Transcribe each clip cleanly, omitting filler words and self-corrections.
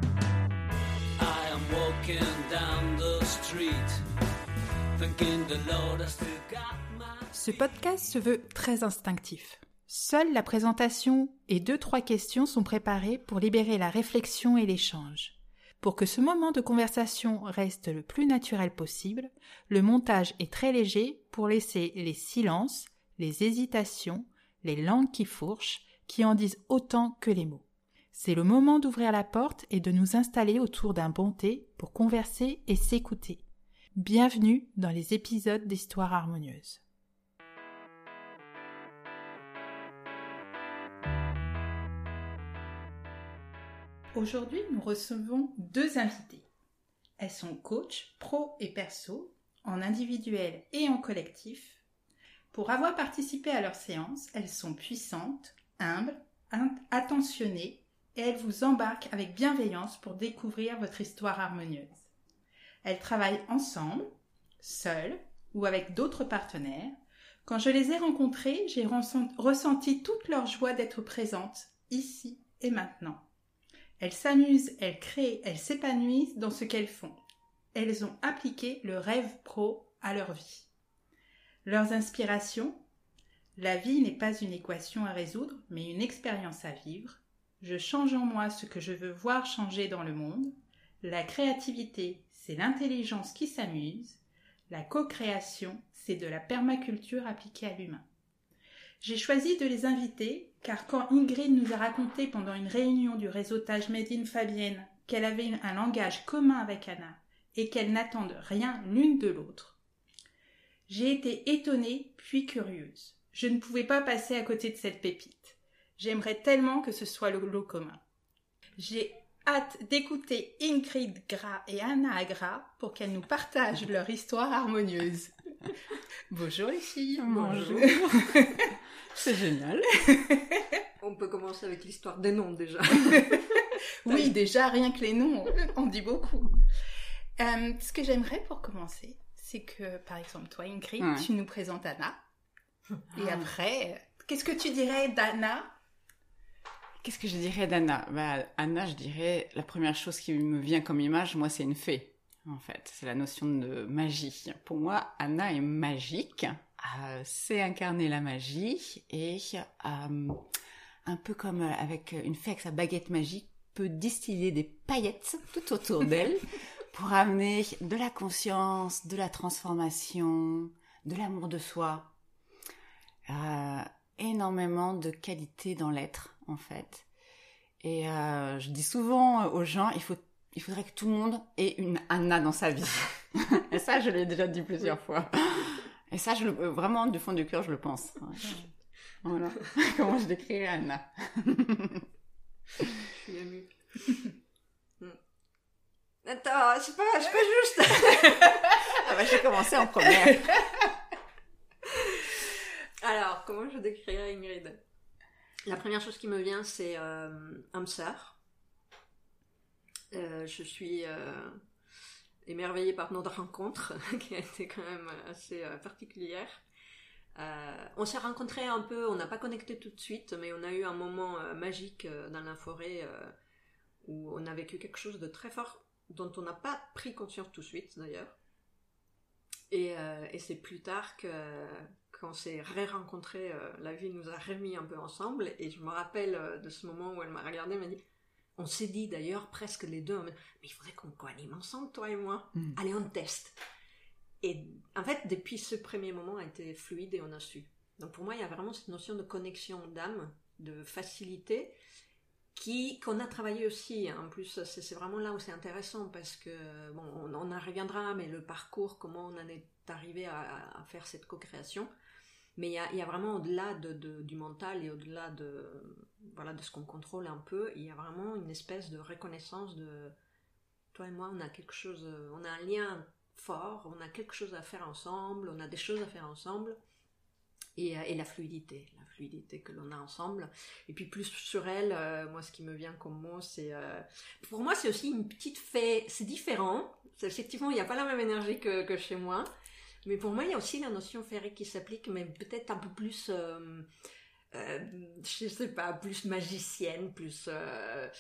I am walking down the street, thinking the Lord has still got my... Ce podcast se veut très instinctif. Seule la présentation et 2-3 questions sont préparées pour libérer la réflexion et l'échange. Pour que ce moment de conversation reste le plus naturel possible, le montage est très léger pour laisser les silences, les hésitations, les langues qui fourchent, qui en disent autant que les mots. C'est le moment d'ouvrir la porte et de nous installer autour d'un bon thé pour converser et s'écouter. Bienvenue dans les épisodes d'Histoire harmonieuse. Aujourd'hui, nous recevons 2 invités. Elles sont coachs pro et perso, en individuel et en collectif. Pour avoir participé à leurs séances, elles sont puissantes, humbles, attentionnées et elles vous embarquent avec bienveillance pour découvrir votre histoire harmonieuse. Elles travaillent ensemble, seules ou avec d'autres partenaires. Quand je les ai rencontrées, j'ai ressenti toute leur joie d'être présentes, ici et maintenant. Elles s'amusent, elles créent, elles s'épanouissent dans ce qu'elles font. Elles ont appliqué le rêve pro à leur vie. Leurs inspirations: la vie n'est pas une équation à résoudre, mais une expérience à vivre. Je change en moi ce que je veux voir changer dans le monde. La créativité, c'est l'intelligence qui s'amuse. La co-création, c'est de la permaculture appliquée à l'humain. J'ai choisi de les inviter car quand Ingrid nous a raconté pendant une réunion du réseautage Made in Fabienne qu'elle avait un langage commun avec Anna et qu'elles n'attendent rien l'une de l'autre, j'ai été étonnée puis curieuse. Je ne pouvais pas passer à côté de cette pépite. J'aimerais tellement que ce soit le lot commun. J'ai hâte d'écouter Ingrid Gras et Anna Agra pour qu'elles nous partagent leur histoire harmonieuse. Bonjour les filles. Bonjour. C'est génial. On peut commencer avec l'histoire des noms déjà. Oui, déjà, rien que les noms, on dit beaucoup. Ce que j'aimerais pour commencer, c'est que, par exemple, toi, Ingrid, tu nous présentes Anna. Et après, qu'est-ce que tu dirais d'Anna ? Qu'est-ce que je dirais d'Anna ? Anna, je dirais, la première chose qui me vient comme image, moi, c'est une fée, en fait. C'est la notion de magie. Pour moi, Anna est magique. C'est incarner la magie et un peu comme avec une fée avec sa baguette magique peut distiller des paillettes tout autour d'elle pour amener de la conscience, de la transformation, de l'amour de soi, énormément de qualité dans l'être en fait. Et je dis souvent aux gens, il faudrait que tout le monde ait une Anna dans sa vie. Et ça, je l'ai déjà dit plusieurs fois. Et ça, vraiment, du fond du cœur, je le pense. Voilà. Comment je décrirais Anna. Je suis émue. Attends, je peux juste... J'ai commencé en première. Alors, comment je décrirais Ingrid ? La première chose qui me vient, c'est âme sœur. Je suis... émerveillée par notre rencontre qui a été quand même assez particulière. On s'est rencontrés un peu, on n'a pas connecté tout de suite, mais on a eu un moment magique dans la forêt où on a vécu quelque chose de très fort dont on n'a pas pris conscience tout de suite d'ailleurs. Et c'est plus tard quand on s'est rencontrés, la vie nous a remis un peu ensemble et je me rappelle de ce moment où elle m'a regardée et m'a dit... On s'est dit d'ailleurs presque les deux, mais il faudrait qu'on co-anime ensemble, toi et moi. Allez, on teste. Et en fait, depuis ce premier moment, a été fluide et on a su. Donc pour moi, il y a vraiment cette notion de connexion d'âme, de facilité, qu'on a travaillé aussi. En plus, c'est vraiment là où c'est intéressant parce que, bon, on en reviendra, mais le parcours, comment on en est arrivé à faire cette co-création. Mais il y a vraiment au-delà du mental et au-delà de ce qu'on contrôle un peu, il y a vraiment une espèce de reconnaissance de toi et moi, on a quelque chose, on a un lien fort, on a quelque chose à faire ensemble, on a des choses à faire ensemble. Et la fluidité que l'on a ensemble. Et puis plus sur elle, moi ce qui me vient comme mot, c'est... pour moi c'est aussi une petite fée, c'est différent, effectivement il n'y a pas la même énergie que chez moi, mais pour moi il y a aussi la notion féerique qui s'applique, mais peut-être un peu plus, je sais pas, plus magicienne, plus...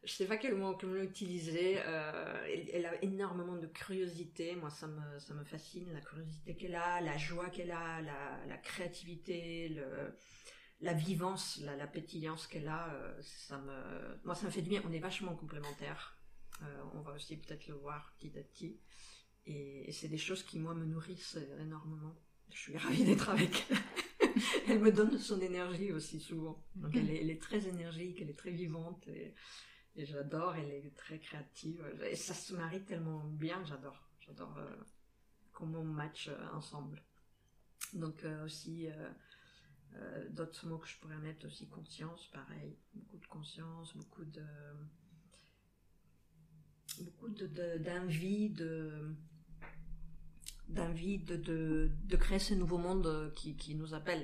je sais pas quel mot utiliser. Elle a énormément de curiosité. Moi, ça me fascine, la curiosité qu'elle a, la joie qu'elle a, la créativité, la vivance, la pétillance qu'elle a. Moi, ça me fait du bien. On est vachement complémentaires. On va aussi peut-être le voir petit à petit. Et c'est des choses qui, moi, me nourrissent énormément. Je suis ravie d'être avec elle. Elle me donne son énergie aussi souvent. Donc elle est très énergique, elle est très vivante et j'adore. Elle est très créative et ça se marie tellement bien. J'adore comment on match ensemble. Donc aussi d'autres mots que je pourrais mettre aussi, conscience, pareil, beaucoup de conscience, beaucoup d'envie de créer ce nouveau monde qui nous appelle.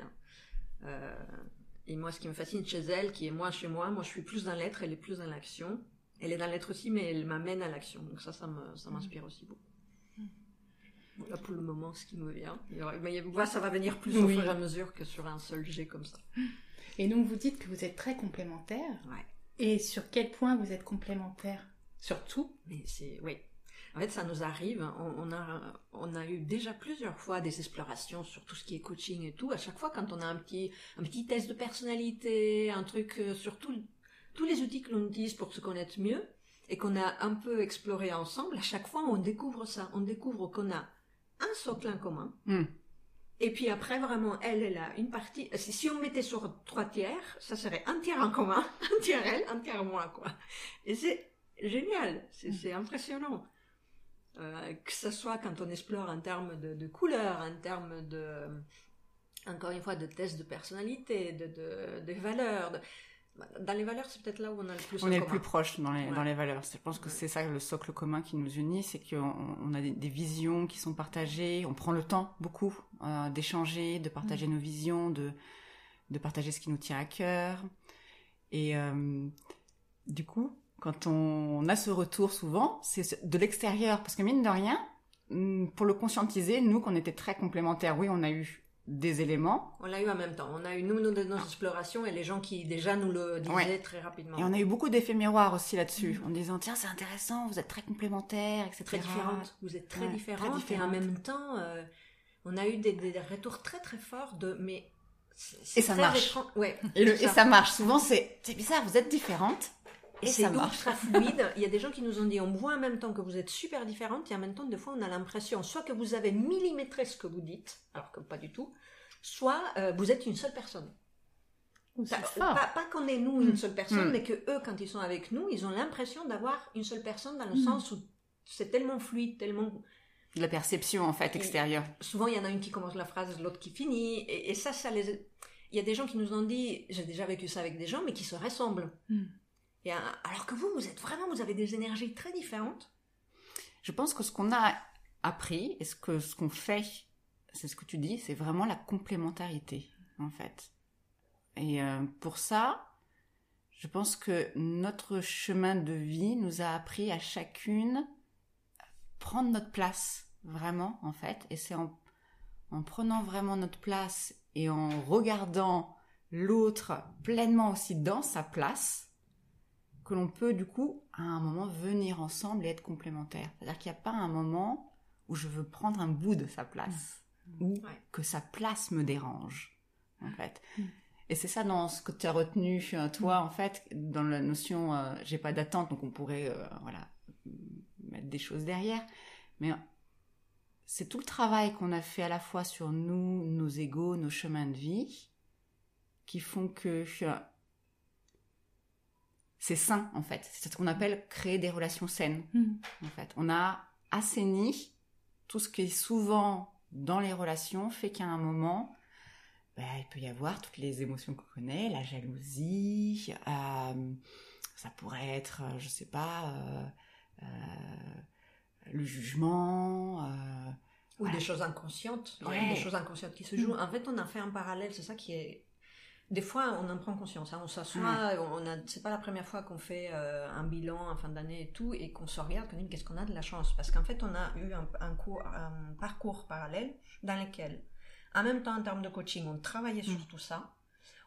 Et moi, ce qui me fascine chez elle, qui est moi chez moi je suis plus dans l'être, elle est plus dans l'action. Elle est dans l'être aussi, mais elle m'amène à l'action. Donc ça m'inspire aussi beaucoup. Voilà pour le moment ce qui me vient. Mais ça va venir plus au fur et à mesure que sur un seul jet comme ça. Et donc vous dites que vous êtes très complémentaires. Ouais. Et sur quel point vous êtes complémentaires? Sur tout? Oui. En fait, ça nous arrive. On a eu déjà plusieurs fois des explorations sur tout ce qui est coaching et tout. À chaque fois, quand on a un petit test de personnalité, un truc sur tous les outils que l'on utilise pour se connaître mieux et qu'on a un peu exploré ensemble, à chaque fois, on découvre ça. On découvre qu'on a un socle en commun. Et puis après, vraiment, elle a une partie. Si on mettait sur 3 tiers, ça serait un tiers en commun, un tiers elle, un tiers moi, quoi. Et c'est génial, c'est impressionnant. Que ce soit quand on explore en termes de couleurs, en termes encore une fois, de tests de personnalité, de valeurs. Dans les valeurs, c'est peut-être là où on a le plus en commun. On est le plus proche dans les valeurs. Je pense que c'est ça le socle commun qui nous unit, c'est qu'on a des visions qui sont partagées, on prend le temps beaucoup d'échanger, de partager nos visions, de partager ce qui nous tient à cœur. Et du coup, quand on a ce retour souvent, c'est de l'extérieur. Parce que mine de rien, pour le conscientiser, nous, qu'on était très complémentaires, oui, on a eu des éléments. On l'a eu en même temps. On a eu nos explorations et les gens qui déjà nous le disaient très rapidement. Et on a eu beaucoup d'effets miroirs aussi là-dessus, en disant, tiens, c'est intéressant, vous êtes très complémentaires, etc. Très différentes. Vous êtes très différentes. Et en même temps, on a eu des retours très très forts mais et ça marche. Ouais, et ça marche. Souvent, c'est bizarre, vous êtes différentes. Et c'est ultra fluide. Il y a des gens qui nous ont dit, on voit en même temps que vous êtes super différentes, et en même temps, des fois, on a l'impression, soit que vous avez millimétré ce que vous dites, alors que pas du tout, soit vous êtes une seule personne. Pas qu'on est nous une seule personne, mais que eux, quand ils sont avec nous, ils ont l'impression d'avoir une seule personne dans le sens où c'est tellement fluide, tellement... La perception, en fait, extérieure. Souvent, il y en a une qui commence la phrase, l'autre qui finit, et ça les... Il y a des gens qui nous ont dit, j'ai déjà vécu ça avec des gens, mais qui se ressemblent. Et alors que vous avez des énergies très différentes. Je pense que ce qu'on a appris et ce qu'on fait, c'est ce que tu dis, c'est vraiment la complémentarité, en fait. Et pour ça, je pense que notre chemin de vie nous a appris à chacune prendre notre place, vraiment, en fait. Et c'est en prenant vraiment notre place et en regardant l'autre pleinement aussi dans sa place, que l'on peut, du coup, à un moment, venir ensemble et être complémentaires. C'est-à-dire qu'il n'y a pas un moment où je veux prendre un bout de sa place, ou que sa place me dérange, en fait. Et c'est ça dans ce que tu as retenu, toi, en fait, dans la notion j'ai pas d'attente, donc on pourrait mettre des choses derrière. Mais c'est tout le travail qu'on a fait à la fois sur nous, nos égos, nos chemins de vie, qui font que... c'est sain, en fait. C'est ce qu'on appelle créer des relations saines, en fait. On a assaini tout ce qui est souvent dans les relations, fait qu'à un moment, il peut y avoir toutes les émotions qu'on connaît, la jalousie, ça pourrait être, je sais pas, le jugement... ou des choses inconscientes. Il y a des choses inconscientes qui se jouent. En fait, on a fait un parallèle, c'est ça qui est... Des fois, on en prend conscience. On s'assoit, c'est pas la première fois qu'on fait un bilan en fin d'année et tout, et qu'on se regarde, qu'on dit qu'est-ce qu'on a de la chance. Parce qu'en fait, on a eu un parcours parallèle dans lequel, en même temps, en termes de coaching, on travaillait sur tout ça.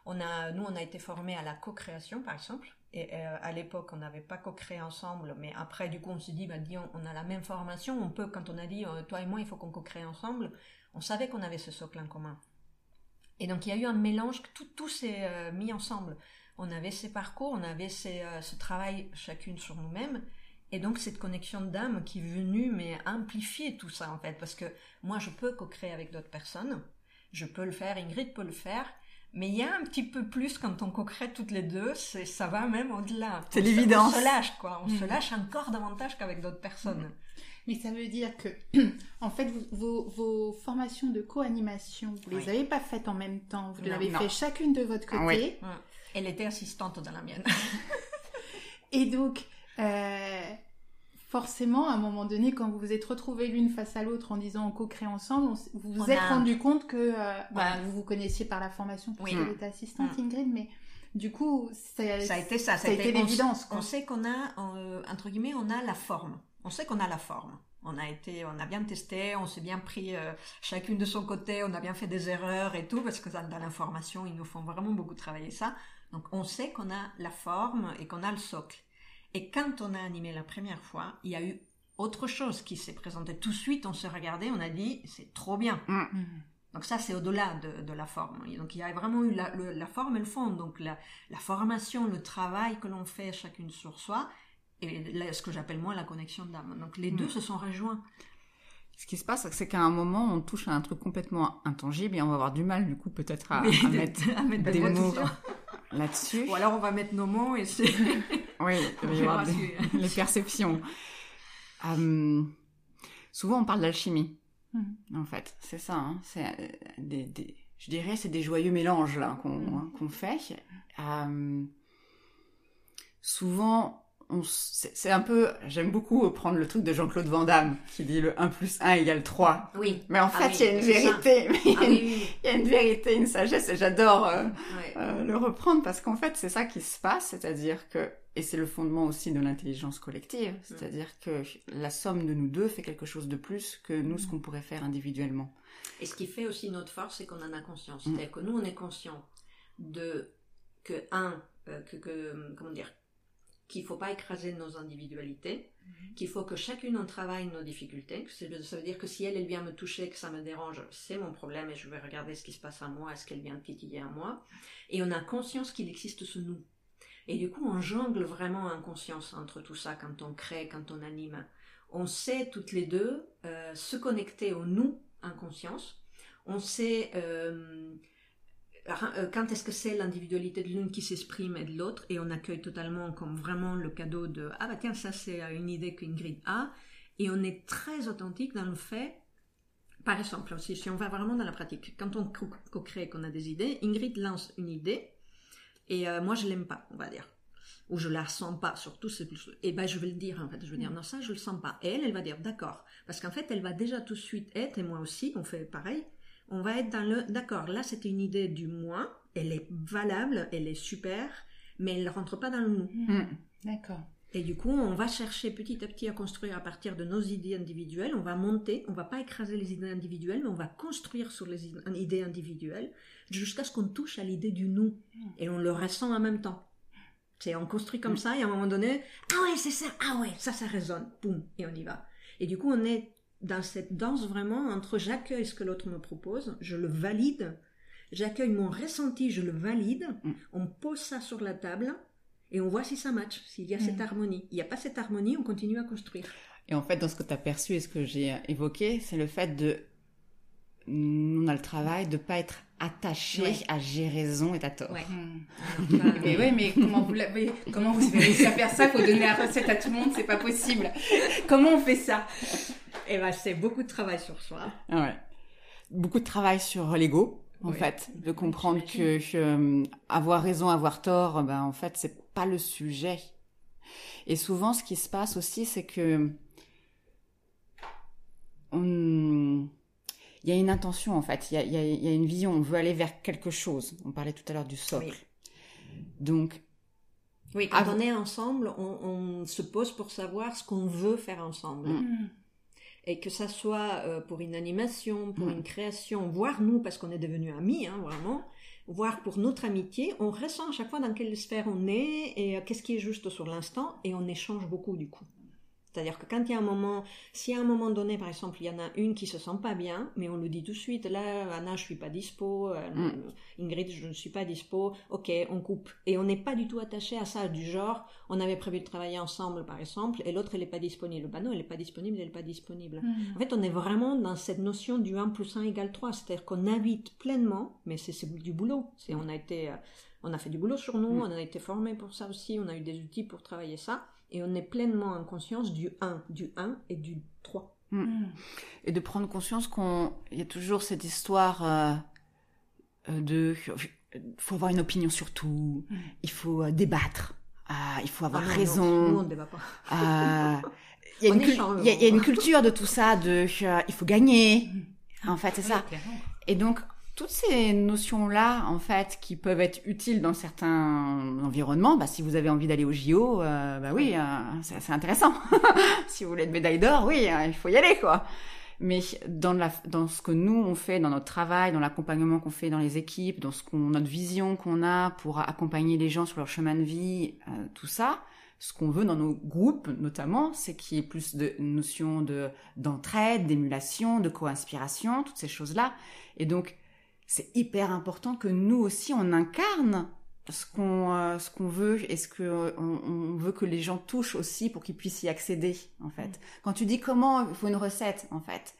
on a été formés à la co-création, par exemple. Et à l'époque, on n'avait pas co-créé ensemble, mais après, du coup, on s'est dit, on a la même formation, on peut, quand on a dit, toi et moi, il faut qu'on co-crée ensemble, on savait qu'on avait ce socle en commun. Et donc, il y a eu un mélange, tout s'est mis ensemble. On avait ces parcours, on avait ce travail chacune sur nous-mêmes, et donc cette connexion d'âme qui est venue amplifier tout ça, en fait, parce que moi, je peux co-créer avec d'autres personnes, je peux le faire, Ingrid peut le faire, mais il y a un petit peu plus quand on co-crée toutes les deux, ça va même au-delà. C'est l'évidence. On se lâche, quoi. On se lâche encore davantage qu'avec d'autres personnes. Mais ça veut dire que, en fait, vos formations de co-animation, vous les avez pas faites en même temps. Vous l'avez fait chacune de votre côté. Oui. Elle était assistante dans la mienne. Et donc, forcément, à un moment donné, quand vous vous êtes retrouvés l'une face à l'autre en disant on co-crée ensemble, vous vous êtes rendu compte que vous vous connaissiez par la formation parce qu'elle était assistante, Ingrid, mais du coup, ça a été l'évidence. On sait qu'on a, entre guillemets, on a la forme. On sait qu'on a la forme. On a bien testé, on s'est bien pris chacune de son côté, on a bien fait des erreurs et tout, parce que dans l'information, ils nous font vraiment beaucoup travailler ça. Donc, on sait qu'on a la forme et qu'on a le socle. Et quand on a animé la première fois, il y a eu autre chose qui s'est présenté. Tout de suite, on s'est regardé, on a dit, c'est trop bien. Donc ça, c'est au-delà de la forme. Et donc, il y a vraiment eu la forme et le fond. Donc, la formation, le travail que l'on fait chacune sur soi, et ce que j'appelle moi la connexion d'âme. Donc les deux se sont rejoints. Ce qui se passe, c'est qu'à un moment, on touche à un truc complètement intangible et on va avoir du mal, du coup, peut-être à mettre des mots là-dessus. Ou alors on va mettre nos mots et c'est... Oui, il va y avoir les perceptions. Souvent, on parle d'alchimie, en fait. C'est ça, hein. C'est je dirais, c'est des joyeux mélanges là, qu'on fait. Souvent... c'est un peu, j'aime beaucoup prendre le truc de Jean-Claude Van Damme qui dit le 1 + 1 = 3. Oui. Mais en fait, il y a une vérité, il y a une vérité, une sagesse, et j'adore le reprendre parce qu'en fait, c'est ça qui se passe, c'est-à-dire que, et c'est le fondement aussi de l'intelligence collective, c'est-à-dire que la somme de nous deux fait quelque chose de plus que nous, ce qu'on pourrait faire individuellement. Et ce qui fait aussi notre force, c'est qu'on en a conscience. C'est-à-dire que nous, on est conscient qu'il ne faut pas écraser nos individualités, qu'il faut que chacune en travaille nos difficultés. Ça veut dire que si elle vient me toucher, que ça me dérange, c'est mon problème et je vais regarder ce qui se passe à moi, est-ce qu'elle vient titiller à moi. Et on a conscience qu'il existe ce nous. Et du coup, on jongle vraiment en conscience entre tout ça quand on crée, quand on anime. On sait toutes les deux se connecter au nous en conscience. On sait... quand est-ce que c'est l'individualité de l'une qui s'exprime et de l'autre, et on accueille totalement comme vraiment le cadeau de « Ah bah tiens, ça c'est une idée qu'Ingrid a », et on est très authentique dans le fait, par exemple, si on va vraiment dans la pratique, quand on co-crée, qu'on a des idées, Ingrid lance une idée, et moi je l'aime pas, on va dire, ou je la sens pas, surtout c'est plus... Et ben je vais le dire en fait, je vais dire non, ça je le sens pas, et elle va dire d'accord, parce qu'en fait elle va déjà tout de suite être, et moi aussi, on fait pareil. On va être dans le... D'accord, là, c'était une idée du moi. Elle est valable, elle est super, mais elle ne rentre pas dans le nous. D'accord. Et du coup, on va chercher petit à petit à construire à partir de nos idées individuelles. On va monter, on ne va pas écraser les idées individuelles, mais on va construire sur les idées individuelles jusqu'à ce qu'on touche à l'idée du nous. Et on le ressent en même temps. On construit comme ça et à un moment donné, ah ouais, c'est ça, ah ouais, ça résonne. Boum, et on y va. Et du coup, on est... dans cette danse vraiment entre j'accueille ce que l'autre me propose, je le valide, j'accueille mon ressenti, je le valide, on pose ça sur la table et on voit si ça match, s'il y a cette harmonie. Il n'y a pas cette harmonie, on continue à construire. Et en fait, dans ce que tu as perçu et ce que j'ai évoqué, c'est le fait on a le travail de ne pas être attaché à j'ai raison et t'as tort. Ouais. Mais comment vous avez réussi à faire ça? Il faut donner la recette à tout le monde, c'est pas possible. Comment on fait ça? Et ben, c'est beaucoup de travail sur soi. Ouais. Beaucoup de travail sur l'ego, en fait, de comprendre que avoir raison, avoir tort, ben en fait, c'est pas le sujet. Et souvent, ce qui se passe aussi, c'est que il y a une intention, en fait. Il y a une vision. On veut aller vers quelque chose. On parlait tout à l'heure du socle. Oui. Donc... Oui, quand on est ensemble, on se pose pour savoir ce qu'on veut faire ensemble. Et que ça soit pour une animation, pour une création, voire nous, parce qu'on est devenus amis, hein, vraiment, voir pour notre amitié, on ressent à chaque fois dans quelle sphère on est et qu'est-ce qui est juste sur l'instant, et on échange beaucoup du coup. C'est-à-dire que quand il y a un moment, si à un moment donné, par exemple, il y en a une qui se sent pas bien, mais on le dit tout de suite, là, Anna, je suis pas dispo, Ingrid, je ne suis pas dispo, ok, on coupe. Et on n'est pas du tout attaché à ça, du genre, on avait prévu de travailler ensemble, par exemple, et l'autre, elle est pas disponible. Ben non, elle est pas disponible, elle est pas disponible. En fait, on est vraiment dans cette notion du 1 + 1 = 3, c'est-à-dire qu'on habite pleinement, mais c'est du boulot. On a fait du boulot sur nous, on a été formés pour ça aussi, on a eu des outils pour travailler ça. Et on est pleinement en conscience du 1 et du 3. Et de prendre conscience qu'il y a toujours cette histoire de... Il faut avoir une opinion sur tout, il faut débattre, il faut avoir raison. Non, nous, on ne débat pas. Il y a une culture de tout ça, il faut gagner. En fait, c'est ça. Clairement. Et donc, toutes ces notions-là, en fait, qui peuvent être utiles dans certains environnements, si vous avez envie d'aller au JO, oui, c'est intéressant. Si vous voulez une médaille d'or, oui, il faut y aller, quoi. Mais dans ce que nous, on fait, dans notre travail, dans l'accompagnement qu'on fait dans les équipes, dans notre vision qu'on a pour accompagner les gens sur leur chemin de vie, tout ça, ce qu'on veut dans nos groupes, notamment, c'est qu'il y ait plus de notions d'entraide, d'émulation, de co-inspiration, toutes ces choses-là. Et donc, c'est hyper important que nous aussi, on incarne ce qu'on veut et ce qu'on veut que les gens touchent aussi pour qu'ils puissent y accéder, en fait. Quand tu dis comment il faut une recette, en fait,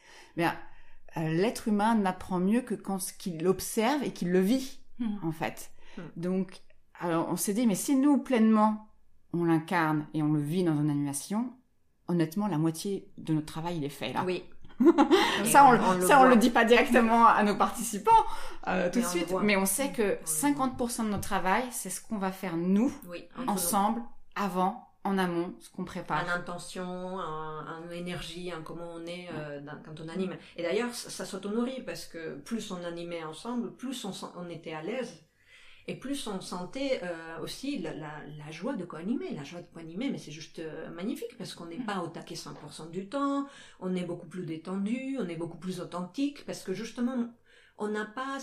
l'être humain n'apprend mieux que qu'il l'observe et qu'il le vit, en fait. Donc, alors, on s'est dit, mais si nous, pleinement, on l'incarne et on le vit dans une animation, honnêtement, la moitié de notre travail, il est fait, là. Oui. Ça, on le dit pas directement à nos participants tout de suite, mais on sait que 50% de notre travail, c'est ce qu'on va faire nous, ensemble, avant, en amont, ce qu'on prépare. En intention, en énergie, en comment on est quand on anime. Et d'ailleurs, ça s'auto-nourrit parce que plus on animait ensemble, plus on était à l'aise. Et plus on sentait aussi la joie de co-animer. La joie de co-animer, mais c'est juste magnifique parce qu'on n'est pas au taquet 100% du temps, on est beaucoup plus détendu, on est beaucoup plus authentique parce que justement, on n'a pas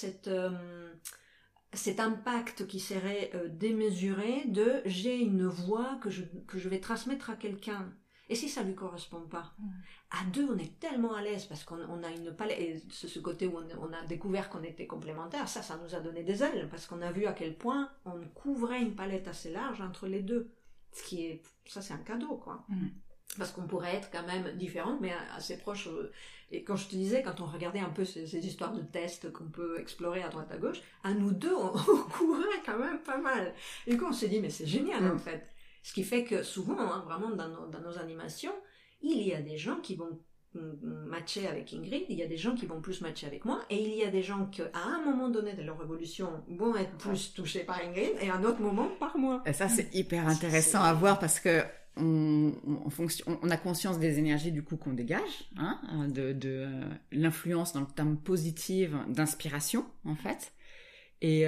cet impact qui serait démesuré de j'ai une voix que je vais transmettre à quelqu'un. Et si ça lui correspond pas, à deux, on est tellement à l'aise parce qu'on a une palette, et ce côté où on a découvert qu'on était complémentaires, ça nous a donné des ailes parce qu'on a vu à quel point on couvrait une palette assez large entre les deux. Ça c'est un cadeau, quoi. Parce qu'on pourrait être quand même différentes, mais assez proches. Et quand je te disais, quand on regardait un peu ces histoires de tests qu'on peut explorer à droite à gauche, à nous deux, on couvrait quand même pas mal. Et quand on s'est dit, mais c'est génial en fait. Ce qui fait que souvent, vraiment dans nos animations, il y a des gens qui vont matcher avec Ingrid, il y a des gens qui vont plus matcher avec moi, et il y a des gens qui, à un moment donné de leur évolution, vont être plus touchés par Ingrid, et à un autre moment par moi. Et ça, c'est hyper intéressant à voir parce que on a conscience des énergies du coup qu'on dégage, de l'influence dans le terme positive d'inspiration, en fait. Et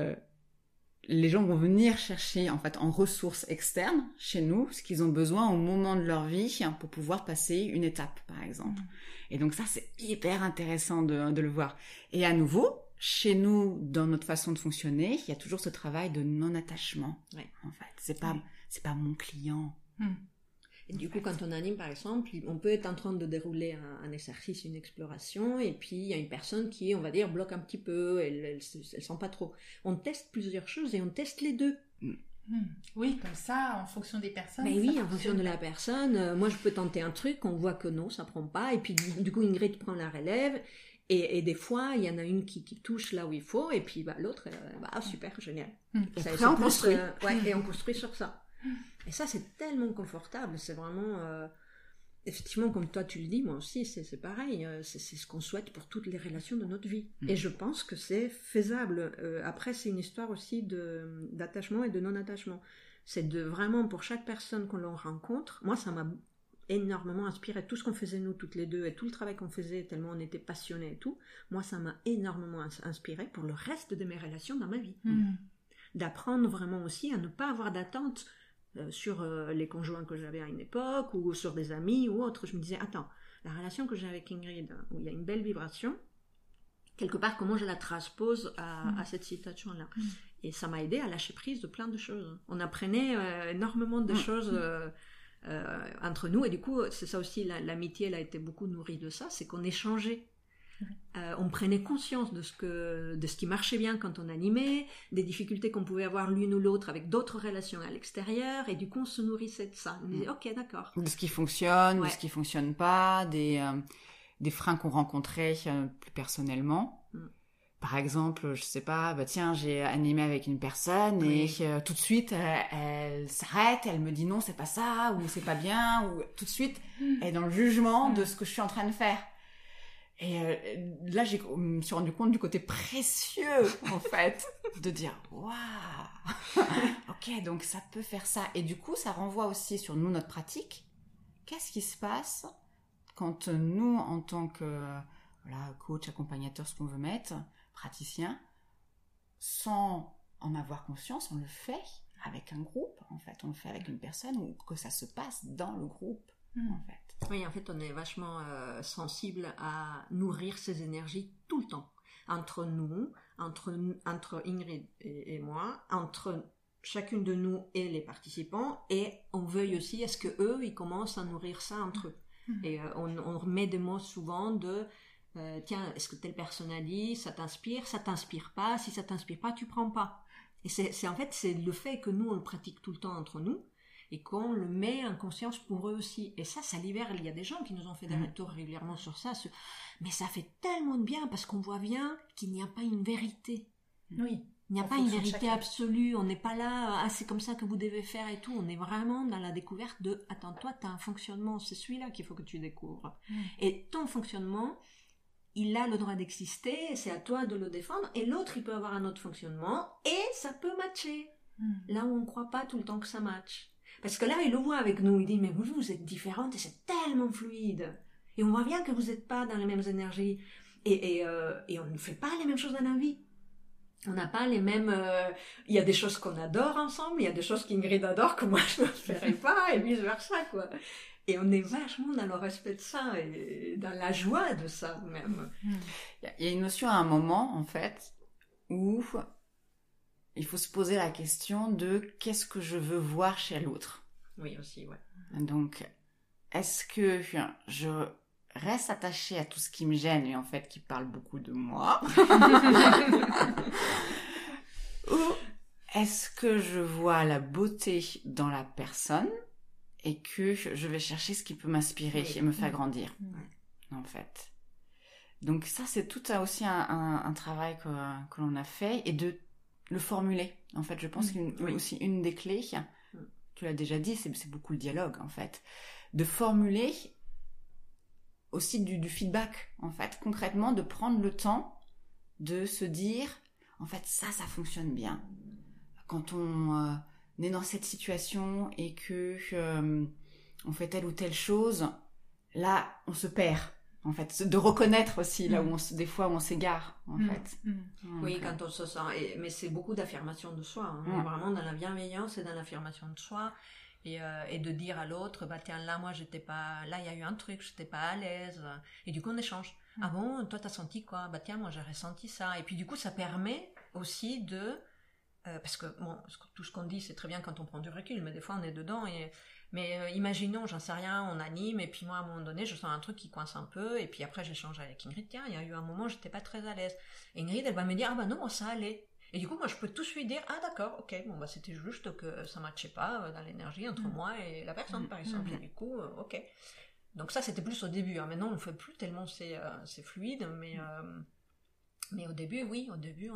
les gens vont venir chercher en fait en ressources externes chez nous ce qu'ils ont besoin au moment de leur vie pour pouvoir passer une étape, par exemple. Et donc ça, c'est hyper intéressant de le voir. Et à nouveau, chez nous, dans notre façon de fonctionner, il y a toujours ce travail de non-attachement. En fait, c'est pas mon client. Et du coup, quand on anime, par exemple, on peut être en train de dérouler un exercice, une exploration, et puis il y a une personne qui, on va dire, bloque un petit peu, elle sent pas trop. On teste plusieurs choses et on teste les deux. Oui, comme ça, en fonction des personnes. Mais oui, en fonction de la personne. Moi, je peux tenter un truc, on voit que non, ça prend pas, et puis du coup, Ingrid prend la relève, et des fois, il y en a une qui touche là où il faut, et puis l'autre, super, génial. Et après, on construit. Et on construit sur ça. Et ça, c'est tellement confortable, c'est vraiment... effectivement, comme toi tu le dis, moi aussi, c'est pareil, c'est ce qu'on souhaite pour toutes les relations de notre vie. Et je pense que c'est faisable. Après, c'est une histoire aussi d'attachement et de non-attachement. C'est vraiment, pour chaque personne qu'on rencontre, moi, ça m'a énormément inspiré. Tout ce qu'on faisait nous, toutes les deux, et tout le travail qu'on faisait, tellement on était passionnés et tout, moi, ça m'a énormément inspiré pour le reste de mes relations dans ma vie. D'apprendre vraiment aussi à ne pas avoir d'attente sur les conjoints que j'avais à une époque ou sur des amis ou autres. Je me disais, attends, la relation que j'ai avec Ingrid, où il y a une belle vibration, quelque part, comment je la transpose à cette situation-là. Et ça m'a aidé à lâcher prise de plein de choses. On apprenait énormément de choses entre nous, et du coup, c'est ça aussi, l'amitié, elle a été beaucoup nourrie de ça, c'est qu'on échangeait. On prenait conscience de ce qui marchait bien quand on animait, des difficultés qu'on pouvait avoir l'une ou l'autre avec d'autres relations à l'extérieur, et du coup on se nourrissait de ça. On disait ok, d'accord. De ce qui fonctionne, de ce qui fonctionne pas, des freins qu'on rencontrait plus personnellement. Par exemple, je sais pas, tiens, j'ai animé avec une personne et tout de suite elle s'arrête, elle me dit non, c'est pas ça, ou c'est pas bien, ou tout de suite elle est dans le jugement de ce que je suis en train de faire. Et là, je me suis rendu compte du côté précieux, en fait, de dire waouh, ok, donc ça peut faire ça. Et du coup, ça renvoie aussi sur nous, notre pratique. Qu'est-ce qui se passe quand nous, en tant que coach, accompagnateur, ce qu'on veut mettre, praticien, sans en avoir conscience, on le fait avec un groupe, en fait, on le fait avec une personne, ou que ça se passe dans le groupe, en fait. Oui, en fait, on est vachement sensible à nourrir ces énergies tout le temps. Entre nous, entre Ingrid et moi, entre chacune de nous et les participants, et on veuille aussi à ce qu'eux, ils commencent à nourrir ça entre eux. Et on remet des mots souvent de tiens, est-ce que telle personne a dit, ça t'inspire pas, si ça t'inspire pas, tu prends pas. Et c'est le fait que nous, on le pratique tout le temps entre nous, et qu'on le met en conscience pour eux aussi. Et ça libère. Il y a des gens qui nous ont fait des retours régulièrement sur ça. Mais ça fait tellement de bien parce qu'on voit bien qu'il n'y a pas une vérité. Oui. Il n'y a pas une vérité absolue. On n'est pas là, c'est comme ça que vous devez faire et tout. On est vraiment dans la découverte de, attends, toi, tu as un fonctionnement, c'est celui-là qu'il faut que tu découvres. Et ton fonctionnement, il a le droit d'exister, c'est à toi de le défendre. Et l'autre, il peut avoir un autre fonctionnement et ça peut matcher. Là où on ne croit pas tout le temps que ça matche. Parce que là, il le voit avec nous, il dit, mais vous êtes différentes et c'est tellement fluide. Et on voit bien que vous n'êtes pas dans les mêmes énergies. Et on ne fait pas les mêmes choses dans la vie. On n'a pas les mêmes... Il y a des choses qu'on adore ensemble, il y a des choses qu'Ingrid adore que moi je ne ferais pas, et vice-versa, quoi. Et on est vachement dans le respect de ça, et dans la joie de ça, même. Il y a une notion à un moment, en fait, où... il faut se poser la question de qu'est-ce que je veux voir chez l'autre. Oui, aussi, ouais. Donc, est-ce que je reste attachée à tout ce qui me gêne et en fait qui parle beaucoup de moi ou est-ce que je vois la beauté dans la personne et que je vais chercher ce qui peut m'inspirer et me faire grandir, en fait. Donc ça, c'est tout aussi un travail que l'on a fait, et de le formuler. En fait, je pense aussi une des clés, tu l'as déjà dit, c'est beaucoup le dialogue, en fait. De formuler aussi du feedback, en fait. Concrètement, de prendre le temps de se dire, en fait, ça fonctionne bien. Quand on est dans cette situation et que on fait telle ou telle chose, là, on se perd. En fait, de reconnaître aussi là où des fois où on s'égare, en fait. Oui, quand on se sent... mais c'est beaucoup d'affirmation de soi. On est vraiment dans la bienveillance et dans l'affirmation de soi. Et de dire à l'autre, tiens, là, moi, j'étais pas... Là, il y a eu un truc, j'étais pas à l'aise. Et du coup, on échange. Ah bon, toi, t'as senti quoi ? Tiens, moi, j'ai ressenti ça. Et puis, du coup, ça permet aussi de... parce que, bon, tout ce qu'on dit, c'est très bien quand on prend du recul, mais des fois, on est dedans et... Mais imaginons, j'en sais rien, on anime, et puis moi, à un moment donné, je sens un truc qui coince un peu, et puis après, j'échange avec Ingrid, tiens, il y a eu un moment, j'étais pas très à l'aise. Et Ingrid, elle va me dire, ah non, moi, ça allait. Et du coup, moi, je peux tout de suite dire, ah d'accord, ok, bon, c'était juste que ça matchait pas dans l'énergie entre moi et la personne, par exemple, et du coup, ok. Donc ça, c'était plus au début, hein. Maintenant, on le fait plus tellement c'est fluide, mais au début, oui,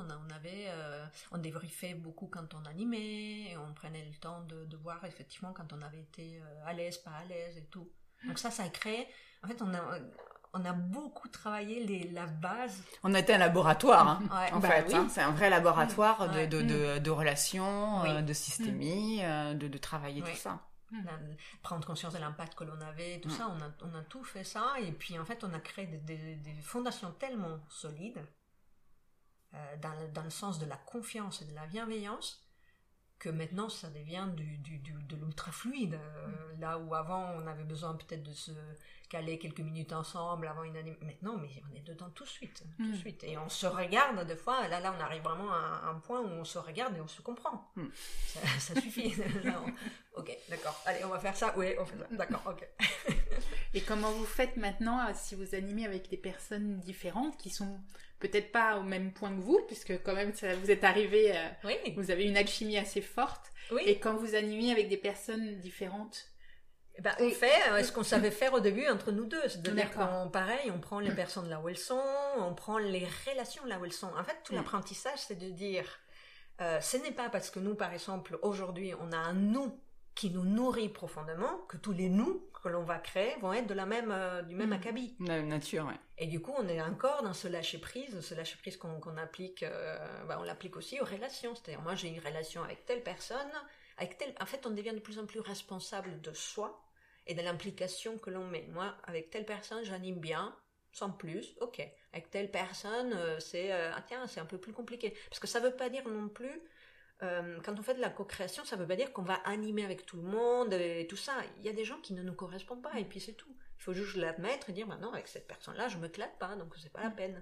on débriefait beaucoup quand on animait, et on prenait le temps de voir effectivement quand on avait été à l'aise, pas à l'aise et tout. Donc ça a créé, en fait, on a beaucoup travaillé la base. On a été un laboratoire, en fait. Oui. C'est un vrai laboratoire de relations, de systémie, de travailler tout ça. Prendre conscience de l'impact que l'on avait, tout ça, on a tout fait ça, et puis en fait, on a créé des fondations tellement solides, dans le sens de la confiance et de la bienveillance, que maintenant ça devient de l'ultra fluide. Là où avant on avait besoin peut-être de se caler quelques minutes ensemble avant une animation. Maintenant, mais on est dedans tout de suite. Et on se regarde des fois. Là, on arrive vraiment à un point où on se regarde et on se comprend. Ça suffit. Ok, d'accord. Allez, on va faire ça. Oui, on fait ça. D'accord, ok. Et comment vous faites maintenant si vous animez avec des personnes différentes qui sont peut-être pas au même point que vous, puisque quand même vous êtes arrivé, Oui. vous avez une alchimie assez forte. Oui. Et quand vous animez avec des personnes différentes, on fait ce qu'on savait faire au début entre nous deux. C'est-à-dire D'accord. on prend les personnes là où elles sont, on prend les relations là où elles sont. En fait, tout l'apprentissage, c'est de dire, ce n'est pas parce que nous, par exemple, aujourd'hui, on a un nous qui nous nourrit profondément, que tous les nous que l'on va créer vont être du même acabit. La nature, ouais. Et du coup, on est encore dans ce lâcher-prise qu'on applique, on l'applique aussi aux relations. C'est-à-dire, moi, j'ai une relation avec telle personne, en fait, on devient de plus en plus responsable de soi et de l'implication que l'on met. Moi, avec telle personne, j'anime bien, sans plus, ok. Avec telle personne, c'est un peu plus compliqué. Parce que ça veut pas dire non plus, quand on fait de la co-création, ça veut pas dire qu'on va animer avec tout le monde et tout ça. Il y a des gens qui ne nous correspondent pas et puis c'est tout. Il faut juste l'admettre et dire, non, avec cette personne-là, je me claque pas, donc c'est pas la peine.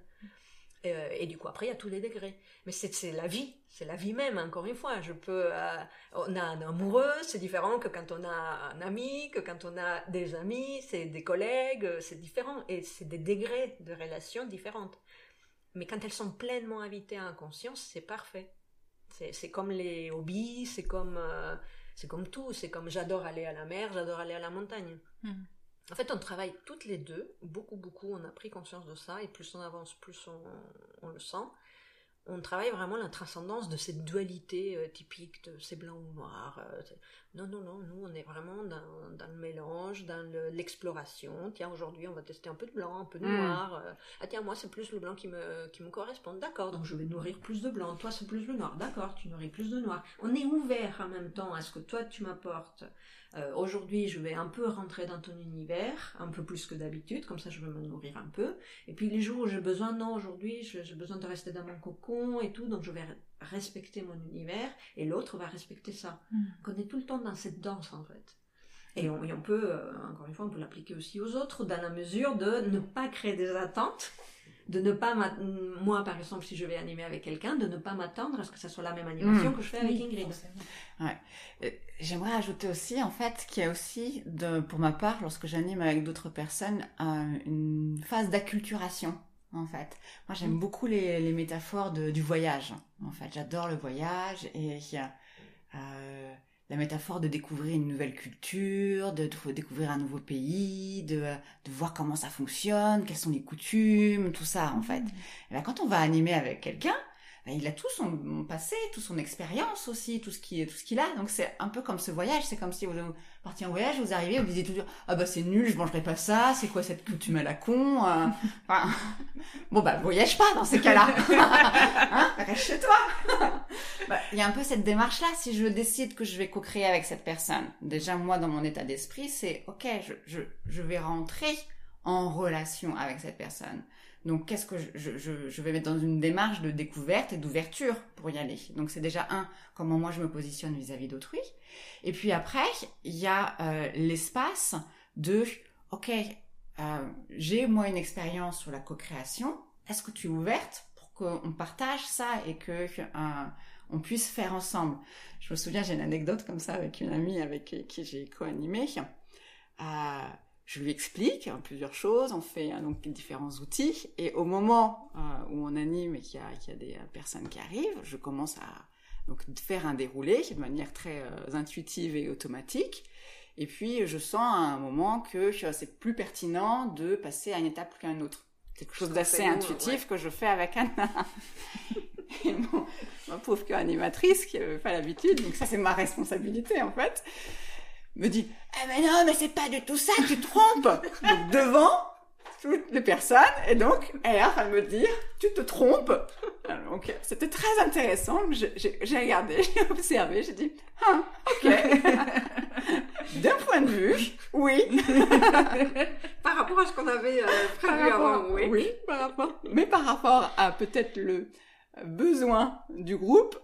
Et du coup, après, il y a tous les degrés. Mais c'est la vie même, encore une fois. On a un amoureux, c'est différent que quand on a un ami, que quand on a des amis, c'est des collègues, c'est différent. Et c'est des degrés de relations différentes. Mais quand elles sont pleinement invitées à inconscience, c'est parfait. C'est comme les hobbies, c'est comme tout. C'est comme j'adore aller à la mer, j'adore aller à la montagne. En fait, on travaille toutes les deux, beaucoup, on a pris conscience de ça, et plus on avance, plus on le sent. On travaille vraiment la transcendance de cette dualité typique de c'est blanc ou noir. Non, nous, on est vraiment dans le mélange, dans l'exploration. Tiens, aujourd'hui, on va tester un peu de blanc, un peu de noir. Tiens, moi, c'est plus le blanc qui me correspond. D'accord, donc je vais nourrir plus de blanc. Toi, c'est plus le noir. D'accord, tu nourris plus de noir. On est ouvert en même temps à ce que toi, tu m'apportes. Aujourd'hui, je vais un peu rentrer dans ton univers, un peu plus que d'habitude, comme ça je vais me nourrir un peu. Et puis les jours où j'ai besoin, non, aujourd'hui, j'ai besoin de rester dans mon cocon et tout, donc je vais respecter mon univers, et l'autre va respecter ça. Donc on est tout le temps dans cette danse, en fait. Et on peut, encore une fois, on peut l'appliquer aussi aux autres, dans la mesure de ne pas créer des attentes, de ne pas, moi par exemple, si je vais animer avec quelqu'un, de ne pas m'attendre à ce que ça soit la même animation que je fais avec Ingrid. Ouais. J'aimerais ajouter aussi, en fait, qu'il y a aussi, pour ma part, lorsque j'anime avec d'autres personnes, une phase d'acculturation, en fait. Moi, j'aime beaucoup les métaphores du voyage, en fait. J'adore le voyage et la métaphore de découvrir une nouvelle culture, de découvrir un nouveau pays, de voir comment ça fonctionne, quelles sont les coutumes, tout ça, en fait. Et là, quand on va animer avec quelqu'un, il a tout son passé, toute son expérience aussi, tout ce qu'il a. Donc c'est un peu comme ce voyage. C'est comme si vous partiez en voyage, vous arrivez, vous disiez toujours « Ah bah c'est nul, je mangerai pas ça, c'est quoi cette coutume à la con enfin, bon bah voyage pas dans ces cas-là. Hein, reste chez toi. Il y a un peu cette démarche-là. Si je décide que je vais co-créer avec cette personne, déjà moi dans mon état d'esprit, c'est « Ok, je vais rentrer en relation avec cette personne. » Donc, qu'est-ce que je vais mettre dans une démarche de découverte et d'ouverture pour y aller. Donc, c'est déjà comment moi je me positionne vis-à-vis d'autrui. Et puis après, il y a l'espace de, ok, j'ai moi une expérience sur la co-création. Est-ce que tu es ouverte pour qu'on partage ça et que on puisse faire ensemble? Je me souviens, j'ai une anecdote comme ça avec une amie avec qui j'ai co-animé. Je lui explique plusieurs choses, on fait donc différents outils, et au moment où on anime et qu'il y a des personnes qui arrivent, je commence à donc faire un déroulé de manière très intuitive et automatique, et puis je sens à un moment que c'est plus pertinent de passer à une étape qu'à une autre. C'est quelque chose d'assez intuitif que je fais avec Anna. Et ma pauvre co-animatrice qui n'avait pas l'habitude, donc ça c'est ma responsabilité en fait, me dit « Ah mais non, mais c'est pas du tout ça, tu te trompes !» Donc devant toutes les personnes, et donc elle est en train de me dire « Tu te trompes !» Donc c'était très intéressant, j'ai regardé, j'ai observé, j'ai dit « Ah, ok !» D'un point de vue, oui. Par rapport à ce qu'on avait prévu avant, oui. Oui, mais par rapport à peut-être le besoin du groupe,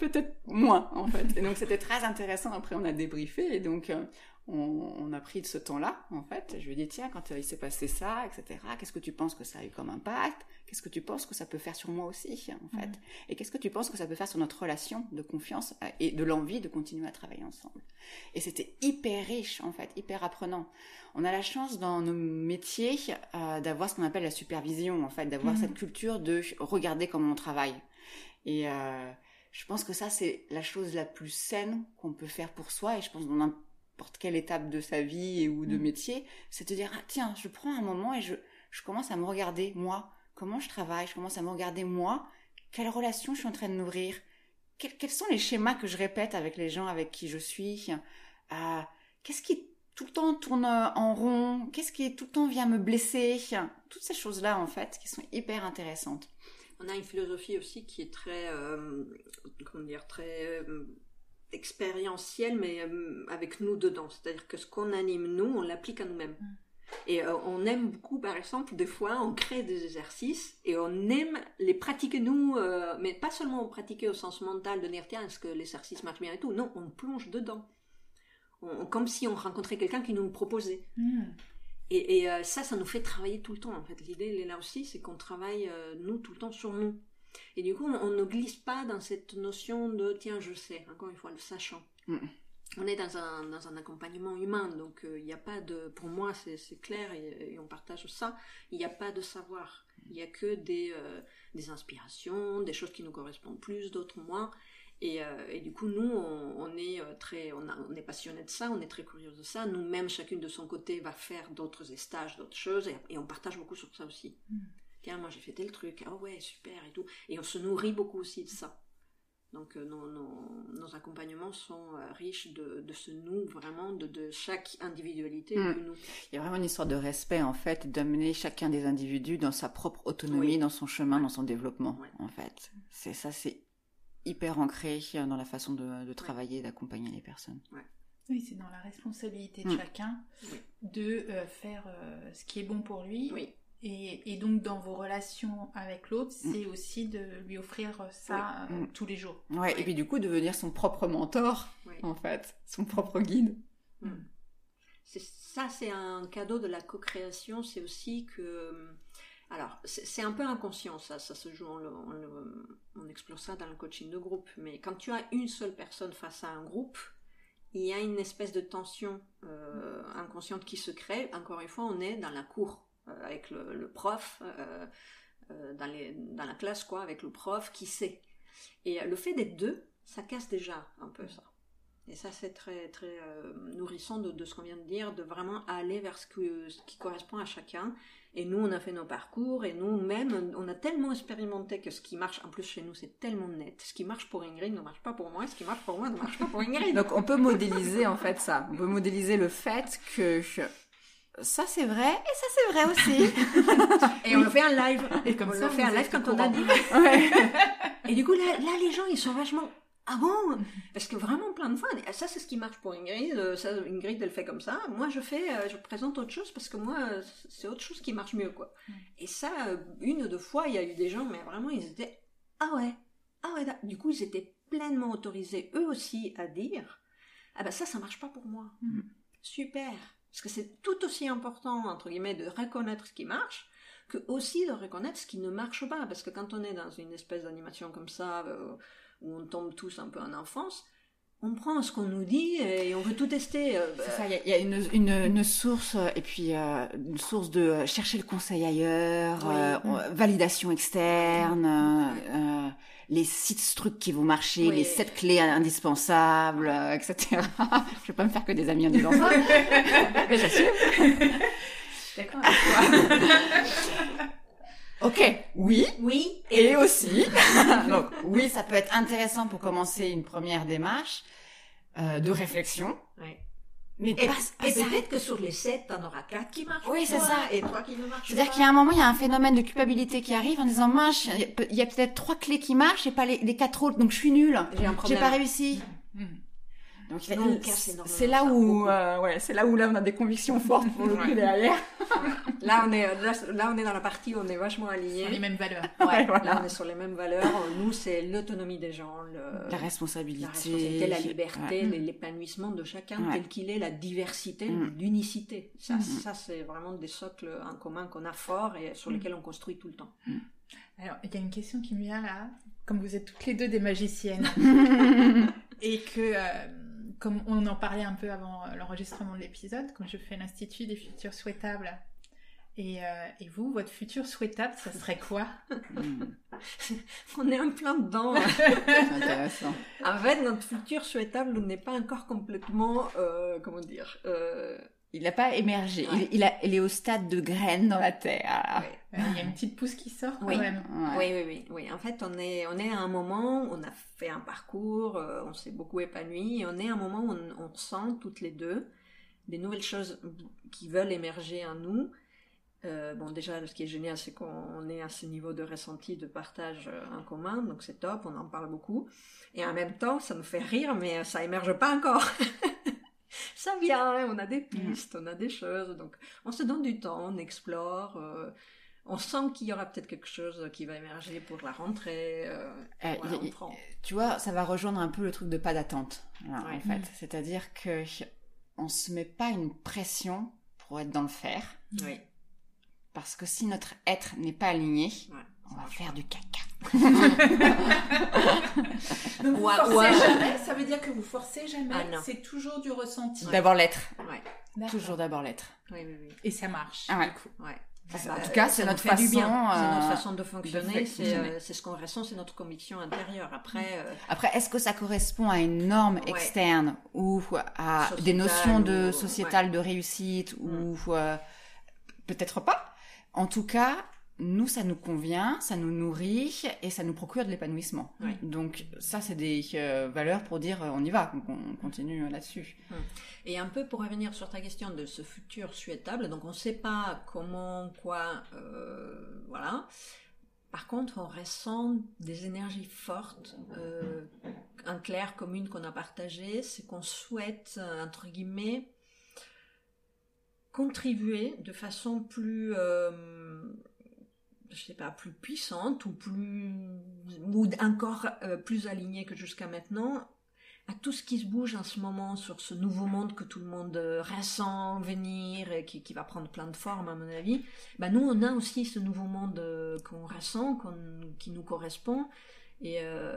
peut-être moins, en fait. Et donc, c'était très intéressant. Après, on a débriefé et donc, on a pris de ce temps-là, en fait. Je lui ai dit, tiens, quand il s'est passé ça, etc., qu'est-ce que tu penses que ça a eu comme impact? Qu'est-ce que tu penses que ça peut faire sur moi aussi, en fait? Et qu'est-ce que tu penses que ça peut faire sur notre relation de confiance et de l'envie de continuer à travailler ensemble? Et c'était hyper riche, en fait, hyper apprenant. On a la chance dans nos métiers d'avoir ce qu'on appelle la supervision, en fait, d'avoir cette culture de regarder comment on travaille. Et je pense que ça, c'est la chose la plus saine qu'on peut faire pour soi. Et je pense dans n'importe quelle étape de sa vie ou de métier, c'est de dire, ah, tiens, je prends un moment et je commence à me regarder, moi, comment je travaille, je commence à me regarder, moi, quelle relation je suis en train de nourrir, quels sont les schémas que je répète avec les gens avec qui je suis, qu'est-ce qui tout le temps tourne en rond, qu'est-ce qui tout le temps vient me blesser, toutes ces choses-là, en fait, qui sont hyper intéressantes. On a une philosophie aussi qui est très, très expérientielle, mais avec nous dedans. C'est-à-dire que ce qu'on anime nous, on l'applique à nous-mêmes. Et on aime beaucoup, par exemple, des fois, on crée des exercices et on aime les pratiquer nous, mais pas seulement pratiquer au sens mental de dire tiens, est-ce que l'exercice marche bien et tout. Non, on plonge dedans. Comme si on rencontrait quelqu'un qui nous le proposait. Et ça nous fait travailler tout le temps, en fait. L'idée, elle est là aussi, c'est qu'on travaille, nous, tout le temps sur nous. Et du coup, on ne glisse pas dans cette notion de, tiens, je sais, encore une fois, le sachant. On est dans un accompagnement humain, donc il n'y a pas de... Pour moi, c'est clair, et on partage ça, il n'y a pas de savoir. Il n'y a que des inspirations, des choses qui nous correspondent plus, d'autres moins. Et du coup, nous, on est passionnés de ça, on est très curieux de ça. Nous-mêmes, chacune de son côté, va faire d'autres stages, d'autres choses, et on partage beaucoup sur ça aussi. Tiens, moi j'ai fait tel truc, ah ouais, super, et tout. Et on se nourrit beaucoup aussi de ça. Donc nos accompagnements sont riches de ce nous, vraiment, de chaque individualité de nous. Il y a vraiment une histoire de respect, en fait, d'amener chacun des individus dans sa propre autonomie, dans son chemin, dans son développement, en fait. C'est hyper ancré dans la façon de travailler et d'accompagner les personnes. Oui, c'est dans la responsabilité de chacun de faire ce qui est bon pour lui. Et donc, dans vos relations avec l'autre, c'est aussi de lui offrir ça tous les jours. Et puis du coup, devenir son propre mentor, en fait, son propre guide. C'est un cadeau de la co-création, c'est aussi que... Alors, c'est un peu inconscient, ça se joue, on explore ça dans le coaching de groupe, mais quand tu as une seule personne face à un groupe, il y a une espèce de tension inconsciente qui se crée. Encore une fois, on est dans la cour, avec le prof, dans la classe, quoi, avec le prof qui sait. Et le fait d'être deux, ça casse déjà un peu ça. Et ça, c'est très, très nourrissant de ce qu'on vient de dire, de vraiment aller vers ce qui correspond à chacun. Et nous, on a fait nos parcours, et nous-mêmes, on a tellement expérimenté que ce qui marche, en plus chez nous, c'est tellement net. Ce qui marche pour Ingrid ne marche pas pour moi, ce qui marche pour moi ne marche pas pour Ingrid. Donc on peut modéliser, en fait, ça. On peut modéliser le fait que ça c'est vrai, et ça c'est vrai aussi. Et on fait un live. Et comme ça, on fait un live quand on a dit. Et du coup, là, les gens, ils sont vachement... Ah bon? Parce que vraiment, plein de fois, ça c'est ce qui marche pour Ingrid, ça, Ingrid elle fait comme ça, moi je présente autre chose parce que moi c'est autre chose qui marche mieux, quoi. Et ça, une ou deux fois, il y a eu des gens, mais vraiment ils étaient, ah ouais, du coup ils étaient pleinement autorisés eux aussi à dire, ah ben ça marche pas pour moi. Super. Parce que c'est tout aussi important, entre guillemets, de reconnaître ce qui marche, que aussi de reconnaître ce qui ne marche pas, parce que quand on est dans une espèce d'animation comme ça, où on tombe tous un peu en enfance, on prend ce qu'on nous dit et on veut tout tester. C'est ça, il y a une source, et puis une source de chercher le conseil ailleurs, validation externe, les 6 trucs qui vont marcher, les 7 clés indispensables, etc. Je vais pas me faire que des amis en disant ça, mais j'assume. D'accord avec toi. Ok, oui, et aussi. Donc, oui, ça peut être intéressant pour commencer une première démarche de réflexion. Mais peut-être que sur les 7, t'en auras 4 qui marchent. Oui, c'est ça. Et 3 qui ne marchent pas. C'est-à-dire qu'il y a un moment, il y a un phénomène de culpabilité qui arrive en disant, mince, il y a peut-être 3 clés qui marchent et pas les 4 autres, donc je suis nulle. J'ai pas réussi. Donc Non, on casse énormément c'est là ça, où beaucoup. c'est là où là on a des convictions fortes pour le coup derrière. Là, on est dans la partie où on est vachement alignés. Sur les mêmes valeurs. Ouais, Voilà. là, on est sur les mêmes valeurs. Nous, c'est l'autonomie des gens, La responsabilité, la liberté, l'épanouissement de chacun tel qu'il est, la diversité, l'unicité. Ça, c'est vraiment des socles en commun qu'on a forts et sur lesquels on construit tout le temps. Alors, il y a une question qui me vient là. Comme vous êtes toutes les deux des magiciennes et que, comme on en parlait un peu avant l'enregistrement de l'épisode, quand je fais l'Institut des futurs souhaitables, et vous, votre futur souhaitable, ça serait quoi? On est en plein dedans. C'est intéressant. En fait, notre futur souhaitable n'est pas encore complètement, Il n'a pas émergé. Ouais. Il est au stade de graine dans la terre. ouais. Il y a une petite pousse qui sort quand Oui. même. Ouais. Oui. En fait, on est à un moment, on a fait un parcours, on s'est beaucoup épanoui, et on est à un moment où on sent toutes les deux des nouvelles choses qui veulent émerger en nous. Déjà, ce qui est génial, c'est qu'on est à ce niveau de ressenti, de partage en commun, donc c'est top, on en parle beaucoup. Et en même temps, ça nous fait rire, mais ça émerge pas encore. Ça vient, on a des pistes, on a des choses, donc on se donne du temps, on explore, on sent qu'il y aura peut-être quelque chose qui va émerger pour la rentrée. On prend. Tu vois, ça va rejoindre un peu le truc de pas d'attente, là, Ouais. en fait. C'est-à-dire que on se met pas une pression pour être dans le faire, Oui. parce que si notre être n'est pas aligné, Ouais. on va faire du caca. Donc vous Ou forcez jamais, ça veut dire que vous forcez jamais, Ah, non. c'est toujours du ressenti. D'abord l'être. Ouais. D'accord. Toujours d'abord l'être. Oui. Et ça marche. Ah ouais. Du coup. Ouais. En tout cas, c'est ça notre nous fait du façon, bien. C'est notre de façon de fonctionner, fonctionner. c'est ce qu'on ressent, c'est notre conviction intérieure. Après, Après, est-ce que ça correspond à une norme Ouais. externe ou à Sociétale des notions de ou- sociétales de réussite ou peut-être pas. En tout cas, nous, ça nous convient, ça nous nourrit et ça nous procure de l'épanouissement. Ouais. Donc ça, c'est des valeurs pour dire on y va, donc on continue là-dessus. et un peu pour revenir sur ta question de ce futur souhaitable, donc on ne sait pas comment, quoi, voilà. Par contre, on ressent des énergies fortes, un clair commune qu'on a partagé, c'est qu'on souhaite, entre guillemets, contribuer de façon plus, je sais pas, plus puissante ou encore plus alignée que jusqu'à maintenant à tout ce qui se bouge en ce moment sur ce nouveau monde que tout le monde ressent venir et qui va prendre plein de formes à mon avis. Nous on a aussi ce nouveau monde qu'on ressent, qui nous correspond et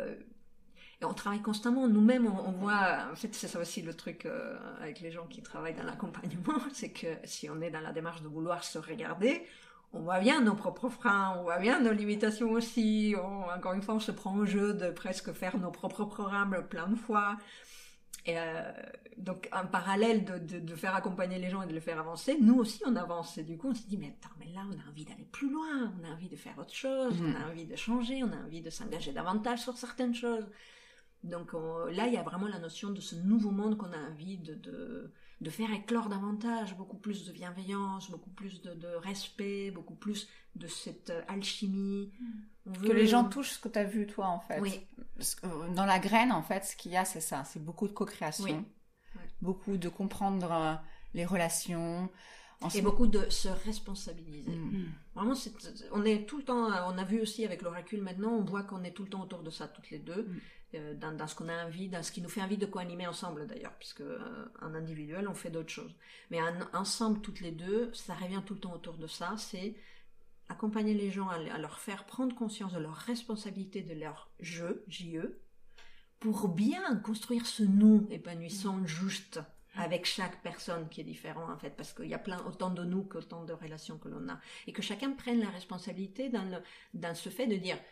on travaille constamment. Nous-mêmes, on voit... En fait, c'est ça aussi le truc avec les gens qui travaillent dans l'accompagnement, c'est que si on est dans la démarche de vouloir se regarder, on voit bien nos propres freins, on voit bien nos limitations aussi. Encore une fois, on se prend au jeu de presque faire nos propres programmes plein de fois. Et donc, en parallèle de faire accompagner les gens et de les faire avancer, nous aussi, on avance. Et du coup, on se dit, mais attends, mais là, on a envie d'aller plus loin, on a envie de faire autre chose, on a envie de changer, on a envie de s'engager davantage sur certaines choses. Donc là, il y a vraiment la notion de ce nouveau monde qu'on a envie de faire éclore davantage, beaucoup plus de bienveillance, beaucoup plus de respect, beaucoup plus de cette alchimie. On veut... Que les gens touchent ce que tu as vu, toi, en fait. Oui. Parce que, dans la graine, en fait, ce qu'il y a, c'est ça. C'est beaucoup de co-création, Oui. Ouais. beaucoup de comprendre les relations. Et beaucoup de se responsabiliser. Vraiment, on est tout le temps, on a vu aussi avec l'oracle maintenant, on voit qu'on est tout le temps autour de ça, toutes les deux, dans ce qu'on a envie, dans ce qui nous fait envie de co-animer ensemble d'ailleurs, puisque en individuel, on fait d'autres choses. Mais ensemble, toutes les deux, ça revient tout le temps autour de ça, c'est accompagner les gens à leur faire prendre conscience de leur responsabilité, de leur jeu, J-E, pour bien construire ce nous épanouissant juste, avec chaque personne qui est différent en fait, parce qu'il y a autant de nous qu'autant de relations que l'on a, et que chacun prenne la responsabilité dans ce fait de dire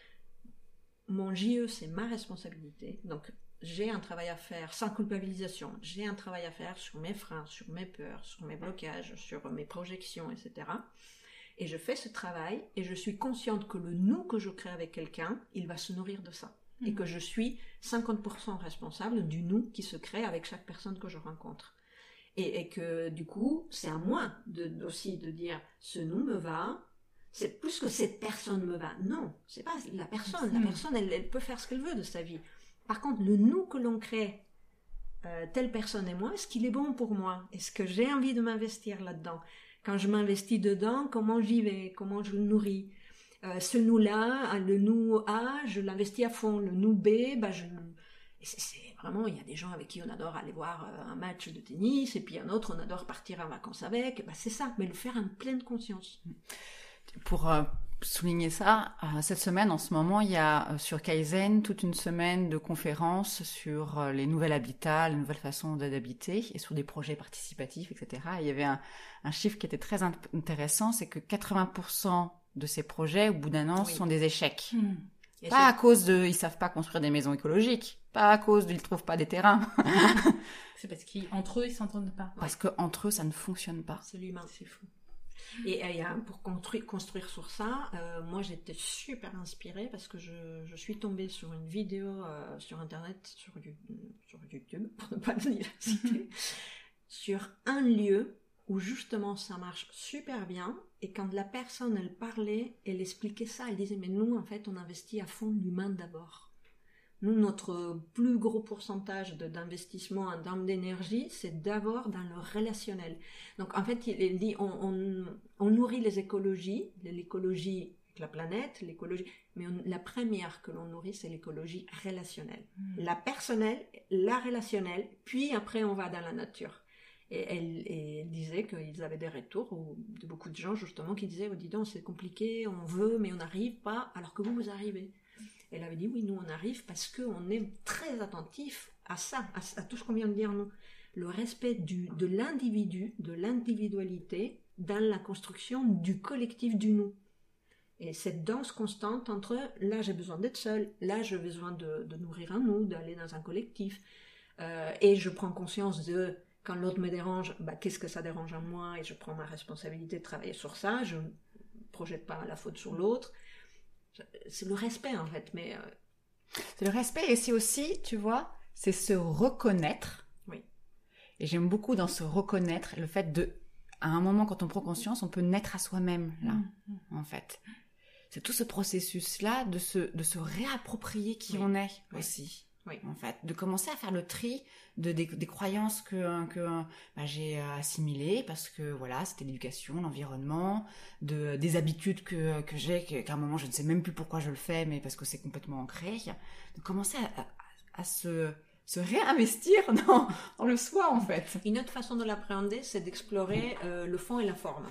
mon JE c'est ma responsabilité, donc j'ai un travail à faire sans culpabilisation, j'ai un travail à faire sur mes freins, sur mes peurs, sur mes blocages, sur mes projections, etc. Et je fais ce travail et je suis consciente que le nous que je crée avec quelqu'un, il va se nourrir de ça. Et que je suis 50% responsable du nous qui se crée avec chaque personne que je rencontre. Et que du coup, c'est à moi aussi de dire ce nous me va, c'est plus que cette personne me va. Non, c'est pas la personne. La personne, elle peut faire ce qu'elle veut de sa vie. Par contre, le nous que l'on crée telle personne et moi, est-ce qu'il est bon pour moi? Est-ce que j'ai envie de m'investir là-dedans? Quand je m'investis dedans, comment j'y vais? Comment je le nourris? Ce nous-là, le nous A, je l'investis à fond. Le nous B, c'est vraiment, il y a des gens avec qui on adore aller voir un match de tennis, et puis un autre, on adore partir en vacances avec. C'est ça, mais le faire en pleine conscience. Pour souligner ça, cette semaine, en ce moment, il y a sur Kaizen toute une semaine de conférences sur les nouvelles habitats, les nouvelles façons d'habiter, et sur des projets participatifs, etc. Et il y avait un chiffre qui était très intéressant, c'est que 80% de ces projets, au bout d'un an, sont des échecs. Pas à cause ils savent pas construire des maisons écologiques, pas à cause ils trouvent pas des terrains. C'est parce qu'entre eux, ils s'entendent pas. Parce qu'entre eux, ça ne fonctionne pas. C'est l'humain, c'est fou. Et pour construire sur ça, moi j'étais super inspirée parce que je suis tombée sur une vidéo sur internet, sur YouTube, pour ne pas le citer, sur un lieu où justement ça marche super bien, et quand la personne elle parlait, elle expliquait ça, elle disait mais nous en fait on investit à fond l'humain d'abord. Nous, notre plus gros pourcentage d'investissement en termes d'énergie, c'est d'abord dans le relationnel. Donc, en fait, il dit, on nourrit l'écologie avec la planète, l'écologie, mais la première que l'on nourrit, c'est l'écologie relationnelle. La personnelle, la relationnelle, puis après, on va dans la nature. Et elle disait qu'ils avaient des retours de beaucoup de gens, justement, qui disaient, oh, dis donc, c'est compliqué, on veut, mais on n'arrive pas, alors que vous arrivez. Elle avait dit, oui, nous, on arrive parce qu'on est très attentif à ça, à tout ce qu'on vient de dire, nous. Le respect de l'individu, de l'individualité, dans la construction du collectif du nous. Et cette danse constante entre, là, j'ai besoin d'être seule, là, j'ai besoin de nourrir un nous, d'aller dans un collectif. Et je prends conscience de, quand l'autre me dérange, qu'est-ce que ça dérange en moi, et je prends ma responsabilité de travailler sur ça, je ne projette pas la faute sur l'autre. C'est le respect en fait, mais... C'est le respect, et c'est aussi, tu vois, c'est se reconnaître. Oui. Et j'aime beaucoup dans se reconnaître, le fait à un moment quand on prend conscience, on peut naître à soi-même, là, en fait. C'est tout ce processus-là de se réapproprier qui on est aussi. Oui. En fait, de commencer à faire le tri des croyances que j'ai assimilées parce que voilà, c'était l'éducation, l'environnement, des habitudes que j'ai, qu'à un moment je ne sais même plus pourquoi je le fais, mais parce que c'est complètement ancré. De commencer à se réinvestir dans le soi, en fait. Une autre façon de l'appréhender, c'est d'explorer le fond et la forme.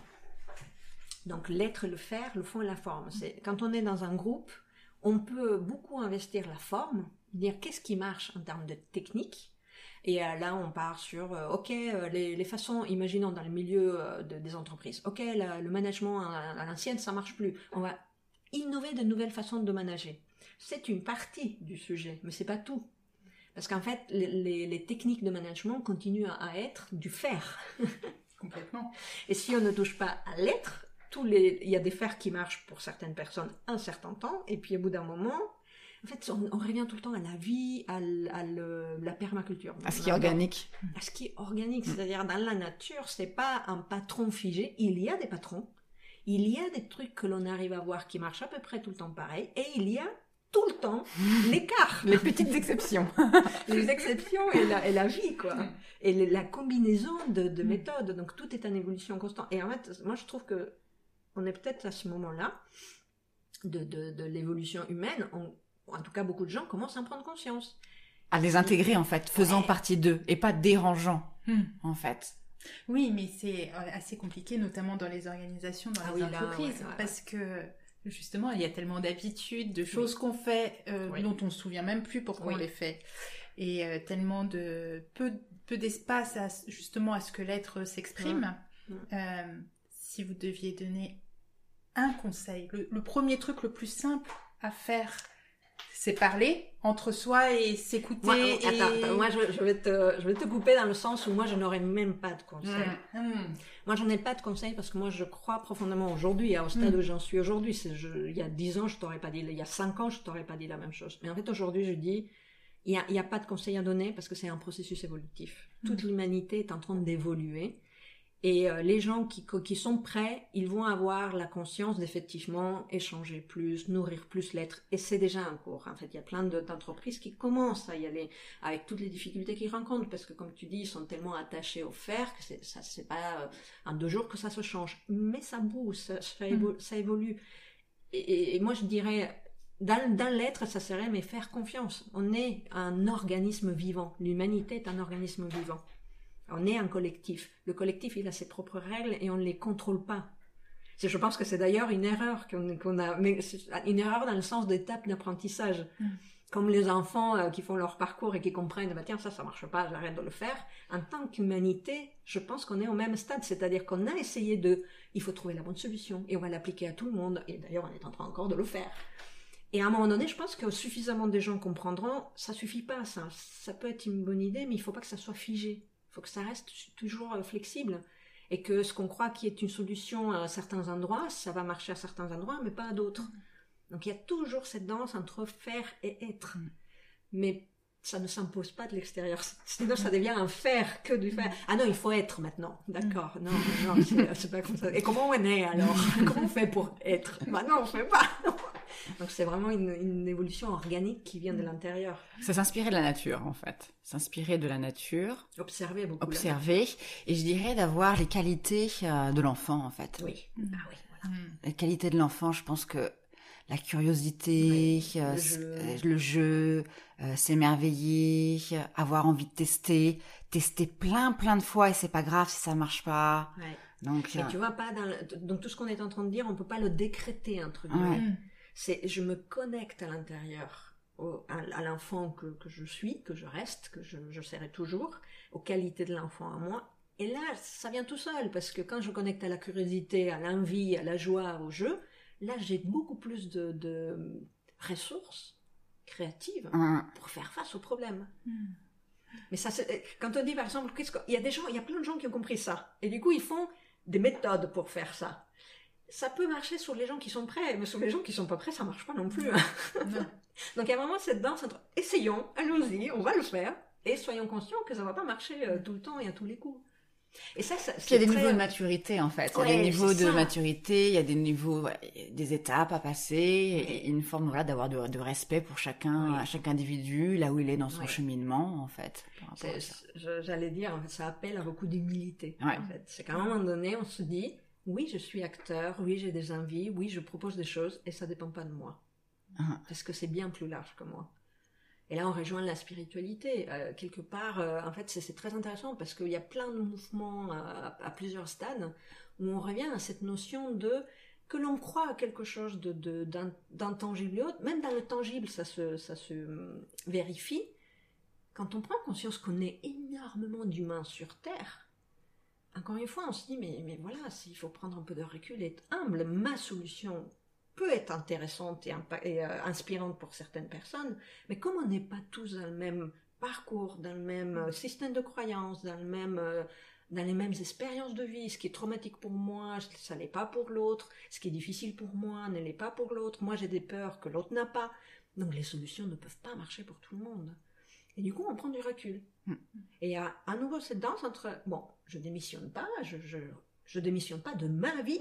Donc l'être, le faire, le fond et la forme. Quand on est dans un groupe, on peut beaucoup investir la forme, dire qu'est-ce qui marche en termes de technique. Et là, on part sur, les façons, imaginons dans le milieu des entreprises, le management à l'ancienne, ça marche plus. On va innover de nouvelles façons de manager. C'est une partie du sujet, mais c'est pas tout. Parce qu'en fait, les techniques de management continuent à être du faire. Complètement. Et si on ne touche pas à l'être, il y a des fers qui marchent pour certaines personnes un certain temps, et puis au bout d'un moment, en fait, on revient tout le temps à la vie, à la permaculture. À ce qui est organique. À ce qui est organique, c'est-à-dire dans la nature, c'est pas un patron figé. Il y a des patrons, il y a des trucs que l'on arrive à voir qui marchent à peu près tout le temps pareil, et il y a tout le temps l'écart. Les petites exceptions. Les exceptions et la vie, quoi. Et la combinaison de méthodes. Donc tout est en évolution constante. Et en fait, moi je trouve que on est peut-être à ce moment-là de l'évolution humaine. En tout cas, beaucoup de gens commencent à en prendre conscience. À les intégrer, en fait, faisant partie d'eux, et pas dérangeant, en fait. Oui, mais c'est assez compliqué, notamment dans les organisations, dans les entreprises, parce que justement, il y a tellement d'habitudes, de choses qu'on fait, dont on ne se souvient même plus pourquoi on les fait. Et tellement de peu d'espace justement à ce que l'être s'exprime. Si vous deviez donner un conseil, le premier truc le plus simple à faire, c'est parler entre soi et s'écouter. Moi, je vais te couper dans le sens où moi, je n'aurais même pas de conseil. Moi, je n'ai pas de conseil parce que moi, je crois profondément aujourd'hui, au stade où j'en suis aujourd'hui. Il y a 10 ans, je t'aurais pas dit, il y a 5 ans, je t'aurais pas dit la même chose. Mais en fait, aujourd'hui, je dis, il y a pas de conseil à donner parce que c'est un processus évolutif. Toute l'humanité est en train d'évoluer. Et les gens qui sont prêts, ils vont avoir la conscience d'effectivement échanger plus, nourrir plus l'être. Et c'est déjà un cours. En fait, il y a plein d'entreprises qui commencent à y aller avec toutes les difficultés qu'ils rencontrent. Parce que comme tu dis, ils sont tellement attachés au faire que c'est pas en 2 jours que ça se change. Mais ça bouge, ça évolue. Et moi, je dirais, dans l'être, ça serait mais faire confiance. On est un organisme vivant. L'humanité est un organisme vivant. On est un collectif. Le collectif, il a ses propres règles et on ne les contrôle pas. Je pense que c'est d'ailleurs une erreur qu'on a, mais c'est une erreur dans le sens d'étape d'apprentissage. Comme les enfants qui font leur parcours et qui comprennent, tiens, ça marche pas, j'arrête de le faire. En tant qu'humanité, je pense qu'on est au même stade, c'est-à-dire qu'on a essayé il faut trouver la bonne solution et on va l'appliquer à tout le monde. Et d'ailleurs, on est en train encore de le faire. Et à un moment donné, je pense que suffisamment de gens comprendront, ça suffit pas, ça. Ça peut être une bonne idée, mais il faut pas que ça soit figé. Il faut que ça reste toujours flexible et que ce qu'on croit qui est une solution à certains endroits, ça va marcher à certains endroits, mais pas à d'autres. Donc il y a toujours cette danse entre faire et être. Mais ça ne s'impose pas de l'extérieur. Sinon, ça devient un faire que du faire. Ah non, il faut être maintenant. D'accord. Non, c'est pas comme ça. Et comment on est alors? Comment on fait pour être? Bah non, on fait pas. Donc c'est vraiment une évolution organique qui vient de l'intérieur. Ça s'inspirait de la nature, en fait. S'inspirer de la nature. Observer beaucoup. Observer. Et je dirais d'avoir les qualités de l'enfant, en fait. Oui. Ah oui, voilà. Les qualités de l'enfant, je pense que la curiosité, le jeu, s'émerveiller, avoir envie de tester plein de fois et c'est pas grave si ça marche pas. Ouais. Donc, et tu vois pas donc tout ce qu'on est en train de dire, on peut pas le décréter entre guillemets. Ouais. Je me connecte à l'intérieur, à l'enfant que je suis, que je reste, que je serai toujours, aux qualités de l'enfant à moi. Et là, ça vient tout seul parce que quand je connecte à la curiosité, à l'envie, à la joie, au jeu, là, j'ai beaucoup plus de ressources créatives pour faire face aux problèmes. Mais ça, quand on dit, par exemple, il y a plein de gens qui ont compris ça. Et du coup, ils font des méthodes pour faire ça. Ça peut marcher sur les gens qui sont prêts, mais sur les gens qui sont pas prêts, ça marche pas non plus. Non. Donc, il y a vraiment cette danse entre essayons, allons-y, on va le faire, et soyons conscients que ça va pas marcher tout le temps et à tous les coups. Et ça il y a des niveaux de maturité en fait. Il y a des niveaux de maturité, il y a des niveaux, des étapes à passer, et une forme d'avoir de respect pour chaque individu, là où il est dans son cheminement en fait. J'allais dire, en fait, ça appelle à beaucoup d'humilité. En fait. C'est qu'à un moment donné, on se dit, oui, je suis acteur, oui, j'ai des envies, oui, je propose des choses, et ça dépend pas de moi. Parce que c'est bien plus large que moi. Et là, on rejoint la spiritualité. Quelque part, en fait, c'est très intéressant parce qu'il y a plein de mouvements à plusieurs stades où on revient à cette notion que l'on croit à quelque chose d'intangible et autre. Même dans le tangible, ça se vérifie. Quand on prend conscience qu'on est énormément d'humains sur Terre, encore une fois, on se dit, mais voilà, il faut prendre un peu de recul et être humble. Ma solution peut être intéressante et inspirante pour certaines personnes, mais comme on n'est pas tous dans le même parcours, dans le même système de croyances, dans les mêmes expériences de vie, ce qui est traumatique pour moi, ça l'est pas pour l'autre, ce qui est difficile pour moi ne l'est pas pour l'autre, moi j'ai des peurs que l'autre n'a pas, donc les solutions ne peuvent pas marcher pour tout le monde. Et du coup, on prend du recul. Et il y a à nouveau cette danse entre, bon, je démissionne pas, je démissionne pas de ma vie,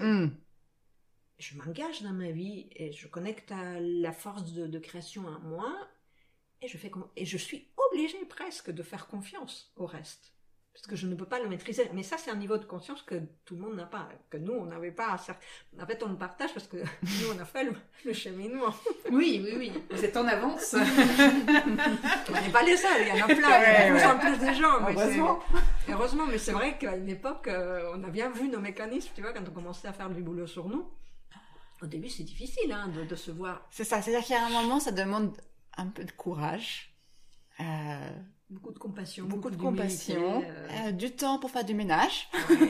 je m'engage dans ma vie et je connecte à la force de création en moi et je suis obligée presque de faire confiance au reste parce que je ne peux pas le maîtriser. Mais ça, c'est un niveau de conscience que tout le monde n'a pas, que nous, on n'avait pas. En fait, on le partage parce que nous, on a fait le cheminement. Oui. Vous êtes en avance. On n'est pas les seuls, il y en a plein. Il y a de plus en plus de gens. Heureusement, mais c'est vrai qu'à une époque, on a bien vu nos mécanismes, tu vois, quand on commençait à faire du boulot sur nous. Au début, c'est difficile de se voir. C'est ça, c'est-à-dire qu'il y a un moment, ça demande un peu de courage. Beaucoup de compassion. Du temps pour faire du ménage.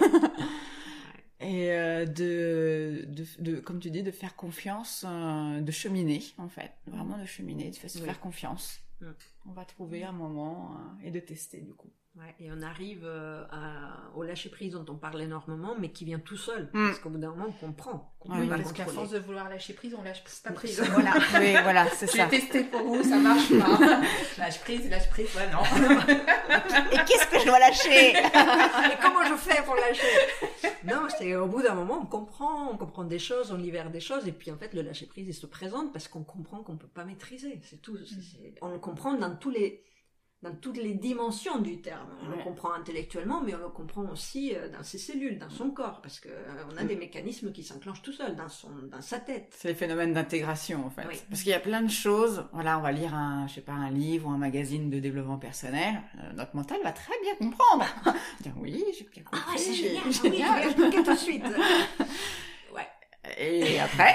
Et comme tu dis, de faire confiance, de cheminer, en fait. Vraiment de cheminer, de se faire confiance. On va trouver un moment et de tester, du coup. Ouais, et on arrive au lâcher-prise dont on parle énormément, mais qui vient tout seul. Parce qu'au bout d'un moment, on comprend. Oui, parce qu'à force de vouloir lâcher prise, on lâche pas prise. Voilà. Oui, voilà, c'est ça. J'ai testé pour vous, ça marche pas. Lâche prise, ouais, non. Et qu'est-ce que je dois lâcher? Et comment je fais pour lâcher? Non, c'est au bout d'un moment, on comprend des choses, on libère des choses, et puis en fait, le lâcher-prise, il se présente parce qu'on comprend qu'on peut pas maîtriser. C'est tout. On le comprend dans toutes les dimensions du terme. On le comprend intellectuellement, mais on le comprend aussi dans ses cellules, dans son corps, parce que on a des mécanismes qui s'enclenchent tout seul, dans sa tête. C'est les phénomènes d'intégration, en fait. Oui. Parce qu'il y a plein de choses. Voilà, on va lire un livre ou un magazine de développement personnel. Notre mental va très bien comprendre. Dire oui, j'ai bien compris. Ah ouais, c'est génial. Oui, je vais expliquer tout de suite. Ouais. Et après,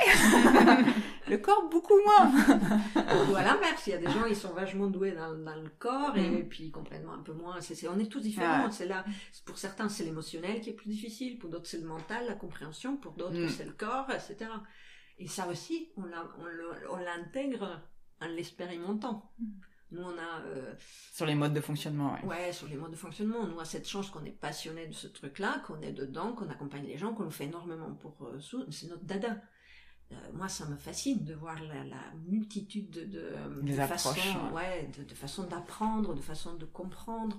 le corps beaucoup moins. Ou à l'inverse, il y a des gens, ils sont vachement doués dans le corps et puis complètement un peu moins. On est tous différents. Ouais. Pour certains, c'est l'émotionnel qui est plus difficile. Pour d'autres, c'est le mental, la compréhension. Pour d'autres, c'est le corps, etc. Et ça aussi, on l'intègre en l'expérimentant. Nous, on a... Sur les modes de fonctionnement, ouais. Ouais, sur les modes de fonctionnement. Nous, on a cette chance qu'on est passionné de ce truc-là, qu'on est dedans, qu'on accompagne les gens, qu'on le fait énormément pour... c'est notre dada. Moi, ça me fascine de voir la multitude de façons, de façons d'apprendre, de façons de comprendre.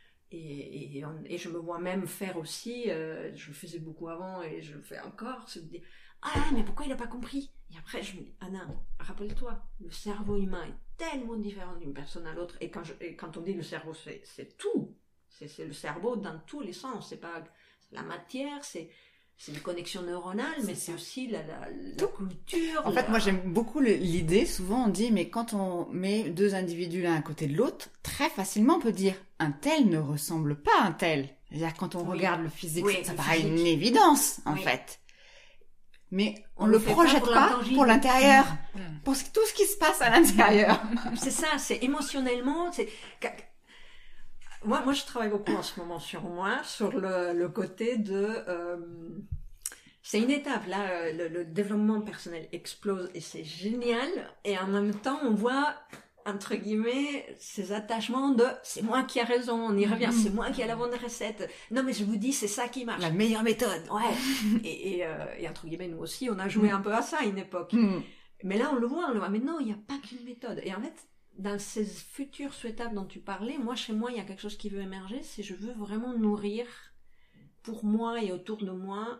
Et je me vois même faire aussi, je le faisais beaucoup avant et je le fais encore, se dire « Ah, mais pourquoi il n'a pas compris ?» Et après, je me dis « Anna, rappelle-toi, le cerveau humain est tellement différent d'une personne à l'autre. » Et quand on dit le cerveau, c'est tout. C'est le cerveau dans tous les sens. C'est pas la matière, c'est une connexion neuronale, mais c'est aussi la culture. En fait, moi, j'aime beaucoup l'idée. Souvent, on dit, mais quand on met deux individus l'un à côté de l'autre, très facilement, on peut dire, un tel ne ressemble pas à un tel. C'est-à-dire, quand on regarde le physique, ça paraît une évidence, en fait. Mais on le projette pas pour l'intérieur. Pour tout ce qui se passe à l'intérieur. C'est ça, c'est émotionnellement, Moi, je travaille beaucoup en ce moment sur moi, sur le côté de... c'est une étape, là, le développement personnel explose et c'est génial. Et en même temps, on voit, entre guillemets, ces attachements de « c'est moi qui ai raison, on y revient, c'est moi qui ai la bonne recette. Non, mais je vous dis, c'est ça qui marche. » La meilleure méthode. Ouais. et entre guillemets, nous aussi, on a joué un peu à ça à une époque. Mais là, on le voit, mais non, il n'y a pas qu'une méthode. Et en fait... Dans ces futurs souhaitables dont tu parlais, moi, chez moi, il y a quelque chose qui veut émerger, c'est je veux vraiment nourrir, pour moi et autour de moi,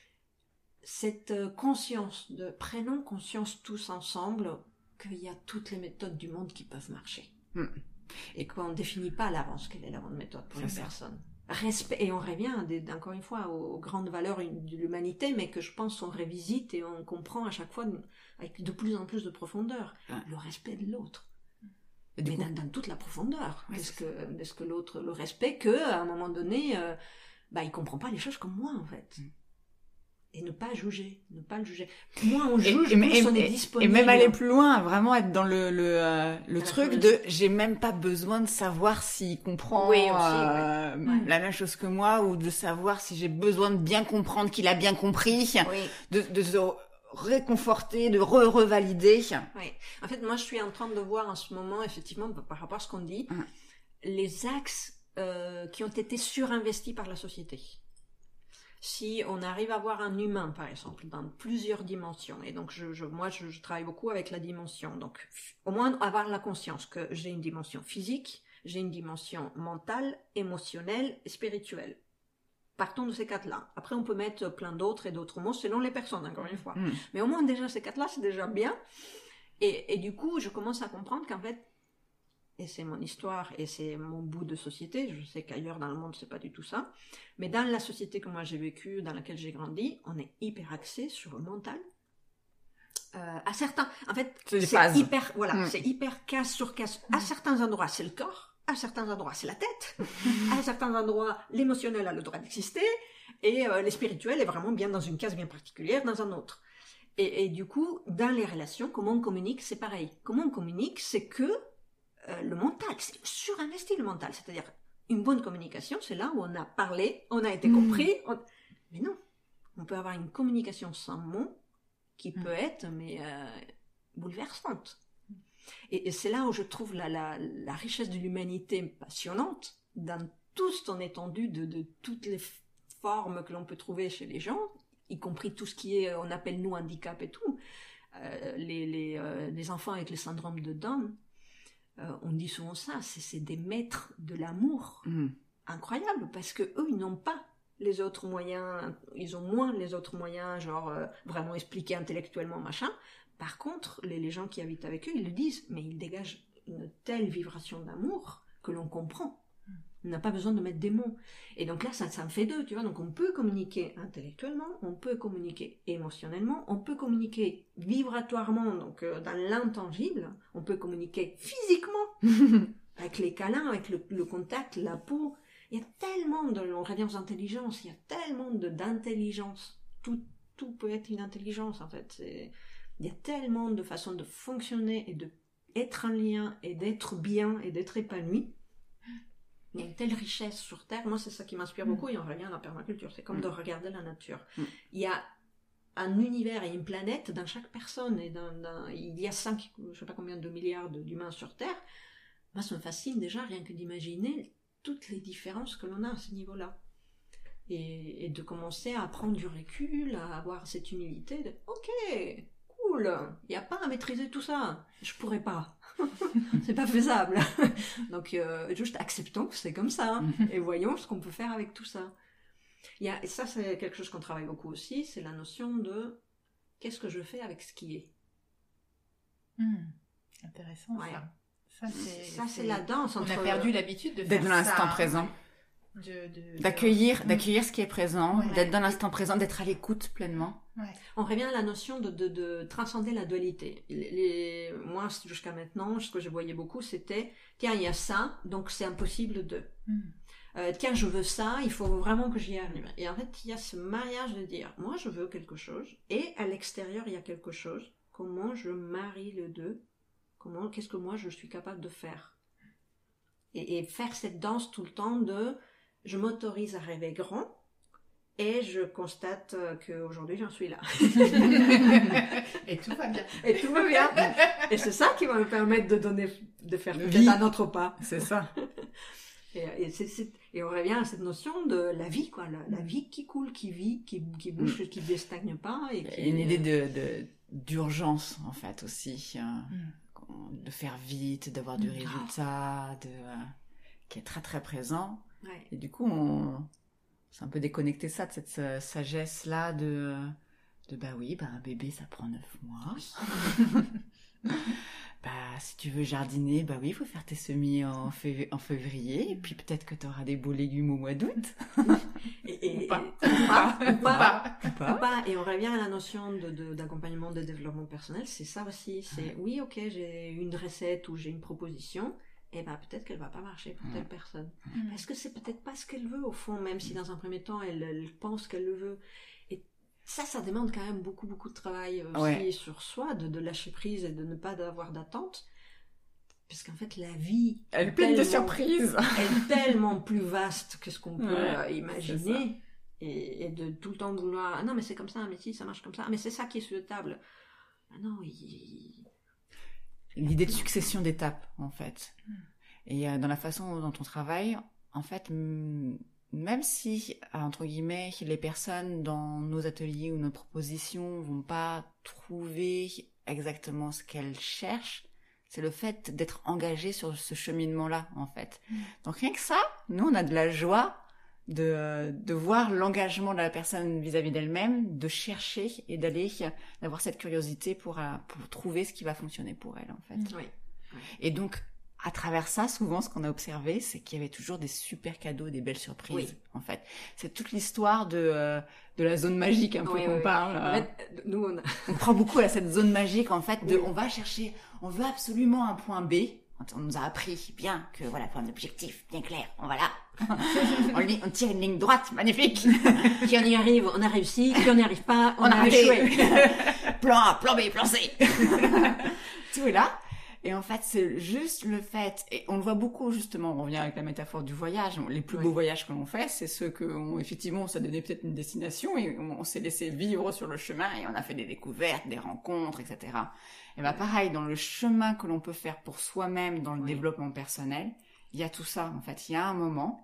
cette conscience prenons conscience tous ensemble qu'il y a toutes les méthodes du monde qui peuvent marcher. Et qu'on ne définit pas à l'avance quelle est la bonne méthode pour une personne. Respect, et on revient encore une fois aux grandes valeurs de l'humanité, mais que je pense on révisite et on comprend à chaque fois avec de plus en plus de profondeur. Le respect de l'autre. Mais dans toute la profondeur de ce que l'autre le respecte, qu'à un moment donné, il comprend pas les choses comme moi, en fait. Et ne pas le juger. Moins on juge, plus on est disponible. Et même aller plus loin, vraiment être dans le truc de j'ai même pas besoin de savoir s'il comprend la même chose que moi, ou de savoir si j'ai besoin de bien comprendre qu'il a bien compris, de se réconforter, de revalider. Oui. En fait, moi, je suis en train de voir en ce moment, effectivement, par rapport à ce qu'on dit, les axes qui ont été surinvestis par la société. Si on arrive à voir un humain, par exemple, dans plusieurs dimensions, et donc moi, je travaille beaucoup avec la dimension, donc au moins avoir la conscience que j'ai une dimension physique, j'ai une dimension mentale, émotionnelle et spirituelle. Partons de ces quatre-là. Après, on peut mettre plein d'autres et d'autres mots selon les personnes, encore une fois. Mais au moins, déjà, ces quatre-là, c'est déjà bien. Et du coup, je commence à comprendre qu'en fait, et c'est mon histoire et c'est mon bout de société, je sais qu'ailleurs dans le monde, c'est pas du tout ça, mais dans la société que moi j'ai vécue, dans laquelle j'ai grandi, on est hyper axé sur le mental. À certains, en fait, c'est hyper case sur case. À certains endroits, c'est le corps. À certains endroits, c'est la tête. À certains endroits, l'émotionnel a le droit d'exister. Et le spirituel est vraiment bien dans une case bien particulière, dans un autre. Et du coup, dans les relations, comment on communique, c'est pareil. Comment on communique, c'est que le mental, c'est surinvesti le mental. C'est-à-dire, une bonne communication, c'est là où on a parlé, on a été compris. Mais non, on peut avoir une communication sans mots qui peut être bouleversante. Et c'est là où je trouve la richesse de l'humanité passionnante dans toute son étendue de toutes les formes que l'on peut trouver chez les gens, y compris tout ce qui est, on appelle nous handicap et tout. Les enfants avec le syndrome de Down, on dit souvent ça, c'est des maîtres de l'amour. Incroyable, parce que eux, ils n'ont pas les autres moyens, ils ont moins les autres moyens, genre vraiment expliquer intellectuellement, machin. Par contre, les gens qui habitent avec eux, ils le disent, mais ils dégagent une telle vibration d'amour que l'on comprend. On n'a pas besoin de mettre des mots. Et donc là, ça me fait deux, tu vois. Donc on peut communiquer intellectuellement, on peut communiquer émotionnellement, on peut communiquer vibratoirement, donc dans l'intangible, on peut communiquer physiquement, avec les câlins, avec le contact, la peau. Il y a tellement on revient aux intelligences, il y a tellement d'intelligence. Tout peut être une intelligence, en fait. Il y a tellement de façons de fonctionner et d'être en lien et d'être bien et d'être épanoui. Il y a une telle richesse sur Terre. Moi, c'est ça qui m'inspire beaucoup et on revient à la permaculture. C'est comme de regarder la nature. Il y a un univers et une planète dans chaque personne. Et il y a 5, je ne sais pas combien de milliards d'humains sur Terre. Moi, ça me fascine déjà, rien que d'imaginer toutes les différences que l'on a à ce niveau-là. Et de commencer à prendre du recul, à avoir cette humilité de « Ok, cool, il n'y a pas à maîtriser tout ça. Je pourrais pas. C'est pas faisable. » Donc, juste acceptons que c'est comme ça. Et voyons ce qu'on peut faire avec tout ça. Et ça, c'est quelque chose qu'on travaille beaucoup aussi, c'est la notion de « Qu'est-ce que je fais avec ce qui est ?» Intéressant, ouais. Ça, c'est la danse. On a perdu l'habitude de faire d'être dans l'instant ça, présent. D'accueillir ce qui est présent, d'être dans l'instant présent, d'être à l'écoute pleinement. Ouais. On revient à la notion de transcender la dualité. Moi, jusqu'à maintenant, ce que je voyais beaucoup, c'était « Tiens, il y a ça, donc c'est impossible de... tiens, je veux ça, il faut vraiment que j'y arrive. » Et en fait, il y a ce mariage de dire « Moi, je veux quelque chose, et à l'extérieur, il y a quelque chose. Comment je marie les deux ? Qu'est-ce que moi, je suis capable de faire ?» Et faire cette danse tout le temps de... Je m'autorise à rêver grand et je constate qu'aujourd'hui j'en suis là. Et tout va bien. Et tout va bien. Et c'est ça qui va me permettre de faire Vie. peut-être un autre pas. C'est ça. Et on revient à cette notion de la vie, quoi. La vie qui coule, qui vit, qui bouge, qui ne stagne pas. Et une idée d'urgence, en fait, aussi. De faire vite, d'avoir du résultat, qui est très très présent. Ouais. Et du coup, on s'est un peu déconnecté ça, de cette sagesse-là de un bébé, ça prend 9 mois. Oui. Si tu veux jardiner, il faut faire tes semis en février, et puis peut-être que tu auras des beaux légumes au mois d'août. Ou pas. Et on revient à la notion d'accompagnement de développement personnel, c'est ça aussi. C'est oui, ok, j'ai une recette ou j'ai une proposition, et peut-être qu'elle va pas marcher pour telle personne. Parce que c'est peut-être pas ce qu'elle veut au fond, même si dans un premier temps elle pense qu'elle le veut. Et ça demande quand même beaucoup de travail aussi sur soi, de lâcher prise et de ne pas avoir d'attente. Parce qu'en fait, la vie... Elle est pleine de surprises. Elle est tellement plus vaste que ce qu'on peut imaginer. Et de tout le temps vouloir... Ah non, mais c'est comme ça, mais si, ça marche comme ça. Ah, mais c'est ça qui est sur la table. Ah non, L'idée de succession d'étapes, en fait. Et dans la façon dont on travaille, en fait, même si, entre guillemets, les personnes dans nos ateliers ou nos propositions vont pas trouver exactement ce qu'elles cherchent, c'est le fait d'être engagé sur ce cheminement-là, en fait. Donc rien que ça, nous, on a de la joie de voir l'engagement de la personne vis-à-vis d'elle-même, de chercher et d'avoir cette curiosité pour trouver ce qui va fonctionner pour elle, en fait. Oui. Et donc, à travers ça, souvent, ce qu'on a observé, c'est qu'il y avait toujours des super cadeaux, des belles surprises, en fait. C'est toute l'histoire de la zone magique, un peu, qu'on parle. En fait, nous, on croit beaucoup à cette zone magique, en fait, on veut absolument un point B. On nous a appris bien que, voilà, pour un objectif bien clair, on va là. On tire une ligne droite, magnifique. Si on y arrive, on a réussi. Si on n'y arrive pas, on a échoué. Plan A, plan B, plan C. Tout est là. Et en fait, c'est juste le fait, et on le voit beaucoup justement, on revient avec la métaphore du voyage, les plus beaux voyages que l'on fait, c'est ceux que, effectivement, ça donnait peut-être une destination, et on s'est laissé vivre sur le chemin, et on a fait des découvertes, des rencontres, etc. Et pareil, dans le chemin que l'on peut faire pour soi-même, dans le développement personnel, il y a tout ça, en fait. Il y a un moment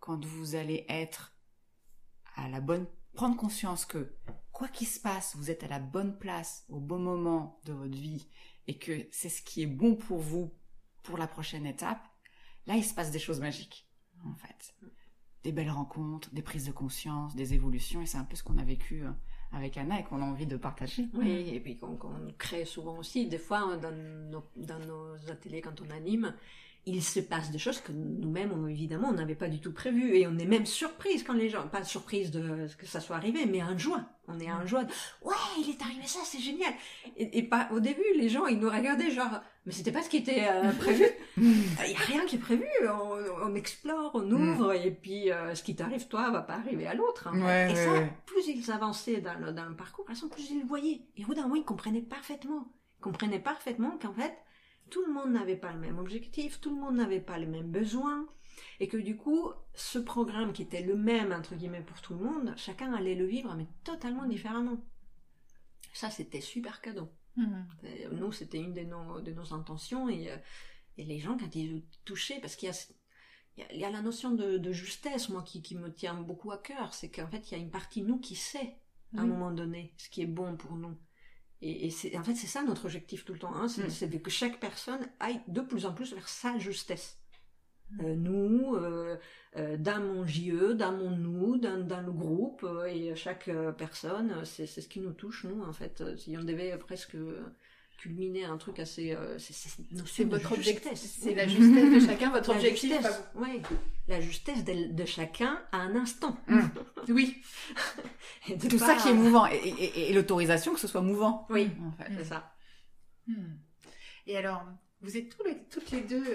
quand vous allez être prendre conscience que quoi qu'il se passe, vous êtes à la bonne place au bon moment de votre vie et que c'est ce qui est bon pour vous pour la prochaine étape, là il se passe des choses magiques en fait. Des belles rencontres, des prises de conscience, des évolutions, et c'est un peu ce qu'on a vécu avec Anna et qu'on a envie de partager. Oui, et puis qu'on crée souvent aussi. Des fois, dans nos ateliers, quand on anime, il se passe des choses que nous-mêmes, évidemment, on n'avait pas du tout prévues. Et on est même surprise quand les gens, pas surprise de que ça soit arrivé, mais en joie. On est en joie. Ouais, il est arrivé ça, c'est génial. Et pas, au début, les gens, ils nous regardaient genre, mais c'était pas ce qui était prévu. Il n'y a rien qui est prévu. On explore, on ouvre, et puis ce qui t'arrive, toi, va pas arriver à l'autre. Hein. Ouais, et ça, plus ils avançaient dans le parcours, plus ils le voyaient. Et au bout d'un moment, ils comprenaient parfaitement. Ils comprenaient parfaitement qu'en fait, tout le monde n'avait pas le même objectif, tout le monde n'avait pas les mêmes besoins, et que du coup, ce programme qui était le même, entre guillemets, pour tout le monde, chacun allait le vivre, mais totalement différemment. Ça, c'était super cadeau. Nous, c'était une de nos intentions, et les gens, quand ils touchaient, parce qu'il y a la notion de justesse, moi, qui me tient beaucoup à cœur, c'est qu'en fait, il y a une partie de nous qui sait, à un moment donné, ce qui est bon pour nous. Et en fait, c'est ça notre objectif tout le temps, hein, c'est que chaque personne aille de plus en plus vers sa justesse. Nous, dans mon JE, dans mon nous, dans le groupe, et chaque personne, c'est ce qui nous touche, nous, en fait. Si on devait presque culminer un truc assez... c'est votre objectif, c'est la justesse de chacun, votre objectif. Oui, la justesse de chacun à un instant. Oui. Tout ça qui est mouvant, et l'autorisation que ce soit mouvant. Oui, en fait, c'est ça. Et alors, vous êtes toutes les deux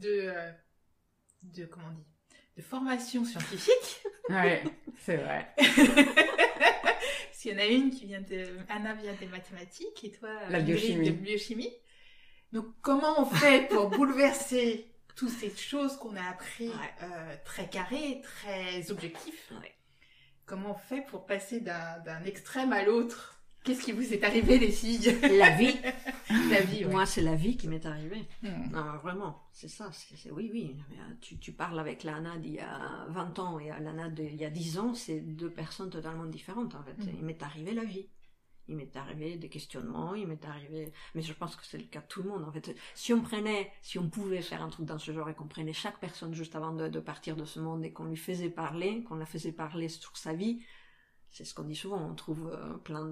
de comment on dit, de formation scientifique. Ouais, c'est vrai. S'il y en a une qui Anna vient des mathématiques et toi la biochimie. De biochimie. Donc comment on fait pour bouleverser toutes ces choses qu'on a appris très carrées, très objectifs? Comment on fait pour passer d'un extrême à l'autre? Qu'est-ce qui vous est arrivé, les filles? La vie. La vie, ouais. Moi, c'est la vie qui m'est arrivée. Non, vraiment, c'est ça. Oui. Tu parles avec l'Anna d'il y a 20 ans et l'Anna d'il y a 10 ans, c'est deux personnes totalement différentes, en fait. Il m'est arrivé la vie. Il m'est arrivé des questionnements, il m'est arrivé... Mais je pense que c'est le cas de tout le monde, en fait. Si on pouvait faire un truc dans ce genre et qu'on prenait chaque personne juste avant de partir de ce monde et qu'on lui faisait parler, qu'on la faisait parler sur sa vie... C'est ce qu'on dit souvent, on trouve plein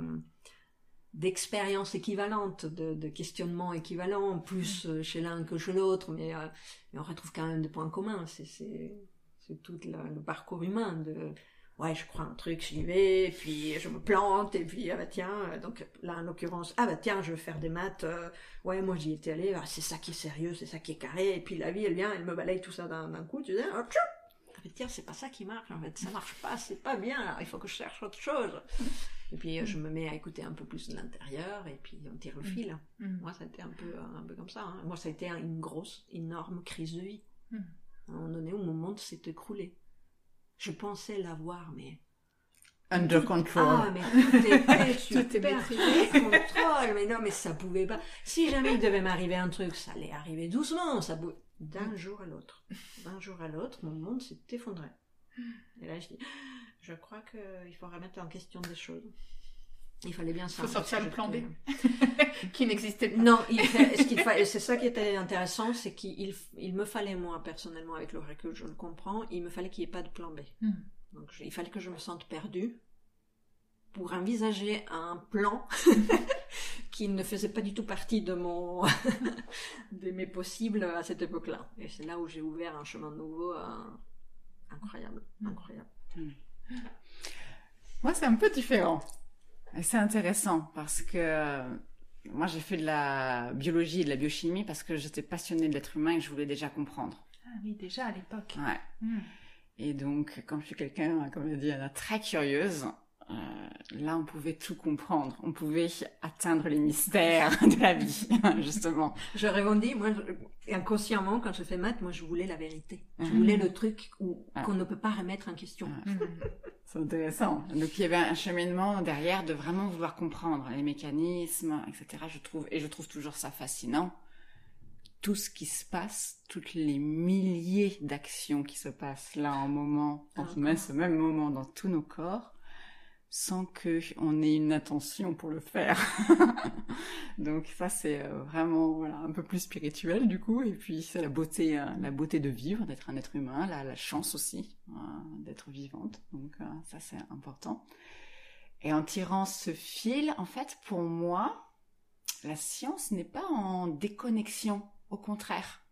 d'expériences équivalentes, de questionnements équivalents, plus chez l'un que chez l'autre, mais on retrouve quand même des points communs. C'est tout le parcours humain de ouais, je crois un truc, j'y vais, puis je me plante, et puis tiens, donc là en l'occurrence, tiens, je veux faire des maths, ouais, moi j'y étais allé, c'est ça qui est sérieux, c'est ça qui est carré, et puis la vie elle vient, elle me balaye tout ça d'un coup, tu dis, tiens, c'est pas ça qui marche, en fait, ça marche pas, c'est pas bien, alors il faut que je cherche autre chose. Et puis je me mets à écouter un peu plus de l'intérieur, et puis on tire le fil. Moi, ça a été un peu comme ça. Hein. Moi, ça a été une grosse, énorme crise de vie. À un moment donné, où mon monde s'est écroulé. Je pensais l'avoir, mais... Under control. Mais tout était super contrôle, mais non, mais ça pouvait pas. Si jamais il devait m'arriver un truc, ça allait arriver doucement, ça pouvait... D'un jour à l'autre. D'un jour à l'autre, mon monde s'est effondré. Et là, je dis, je crois qu'il faut remettre en question des choses. Il fallait bien ça. Il faut sortir le plan B, qui n'existait pas. Non, c'est ça qui était intéressant, c'est qu'il me fallait, moi, personnellement, avec le recul, je le comprends, il me fallait qu'il n'y ait pas de plan B. Donc, il fallait que je me sente perdue pour envisager un plan qui ne faisait pas du tout partie de mes possibles à cette époque-là. Et c'est là où j'ai ouvert un chemin nouveau incroyable. Moi, c'est un peu différent. Et c'est intéressant parce que moi, j'ai fait de la biologie et de la biochimie parce que j'étais passionnée de l'être humain et je voulais déjà comprendre. Ah oui, déjà à l'époque. Ouais. Et donc, comme je suis quelqu'un, comme je dis, très curieuse, là, on pouvait tout comprendre. On pouvait atteindre les mystères de la vie, justement. Je rebondis, moi, inconsciemment, quand je fais maths, moi, je voulais la vérité. Je voulais le truc qu'on ne peut pas remettre en question. C'est intéressant. Donc, il y avait un cheminement derrière de vraiment vouloir comprendre les mécanismes, etc. Je trouve toujours ça fascinant. tout ce qui se passe, toutes les milliers d'actions qui se passent là en moment, en ce même moment dans tous nos corps, sans qu'on ait une intention pour le faire. Donc ça c'est vraiment un peu plus spirituel du coup, et puis c'est la beauté de vivre, d'être un être humain, la chance aussi d'être vivante, donc ça c'est important. Et en tirant ce fil, en fait pour moi, la science n'est pas en déconnexion, au contraire.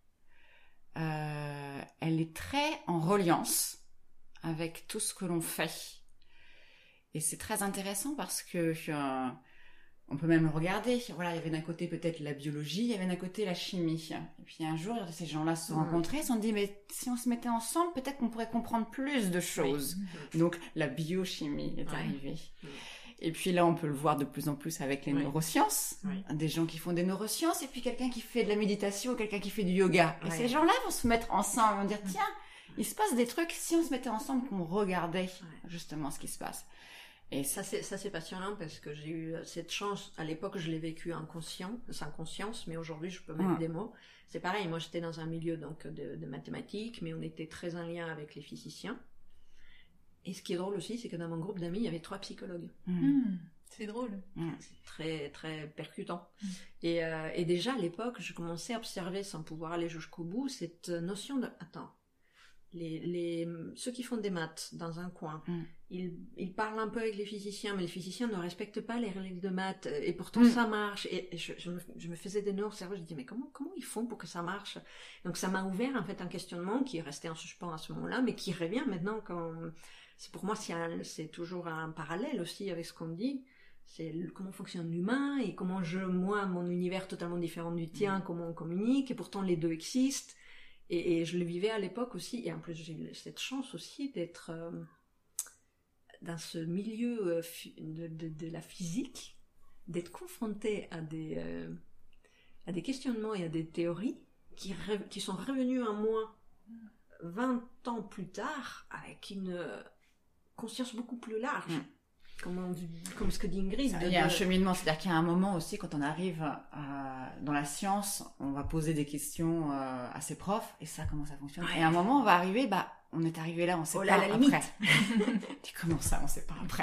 Elle est très en reliance avec tout ce que l'on fait. Et c'est très intéressant parce que on peut même le regarder. Voilà, il y avait d'un côté peut-être la biologie, il y avait d'un côté la chimie. Et puis un jour, ces gens-là se sont rencontrés, ils se sont dit, mais si on se mettait ensemble, peut-être qu'on pourrait comprendre plus de choses. Oui. Donc la biochimie est arrivée. Oui. Et puis là, on peut le voir de plus en plus avec les neurosciences. Oui. Des gens qui font des neurosciences et puis quelqu'un qui fait de la méditation ou quelqu'un qui fait du yoga. Et ces gens-là vont se mettre ensemble, vont dire, tiens, il se passe des trucs si on se mettait ensemble, qu'on regardait justement ce qui se passe. Et ça c'est passionnant parce que j'ai eu cette chance. À l'époque, je l'ai vécu sans conscience, mais aujourd'hui, je peux mettre des mots. C'est pareil, moi j'étais dans un milieu donc de mathématiques, mais on était très en lien avec les physiciens. Et ce qui est drôle aussi, c'est que dans mon groupe d'amis, il y avait 3 psychologues. C'est drôle. C'est très, très percutant. Et déjà, à l'époque, je commençais à observer, sans pouvoir aller jusqu'au bout, cette notion de... Attends, ceux qui font des maths dans un coin, ils parlent un peu avec les physiciens, mais les physiciens ne respectent pas les règles de maths, et pourtant ça marche. Et je me faisais des nœuds au cerveau, je dis, mais comment ils font pour que ça marche? Donc ça m'a ouvert en fait un questionnement qui est resté en suspens à ce moment-là, mais qui revient maintenant quand... Pour moi, c'est toujours un parallèle aussi avec ce qu'on dit. C'est comment fonctionne l'humain et comment moi, mon univers totalement différent du tien, comment on communique, et pourtant les deux existent. Et je le vivais à l'époque aussi, et en plus j'ai eu cette chance aussi d'être dans ce milieu de la physique, d'être confrontée à des questionnements et à des théories qui sont revenus en moi 20 ans plus tard avec une conscience beaucoup plus large. Comme ce que dit Ingrid. Il y a un cheminement, c'est-à-dire qu'il y a un moment aussi, quand on arrive dans la science, on va poser des questions à ses profs, et ça, comment ça fonctionne. Et à un moment, on va arriver, on est arrivé là, on sait pas après. Tu comment ça, on sait pas après.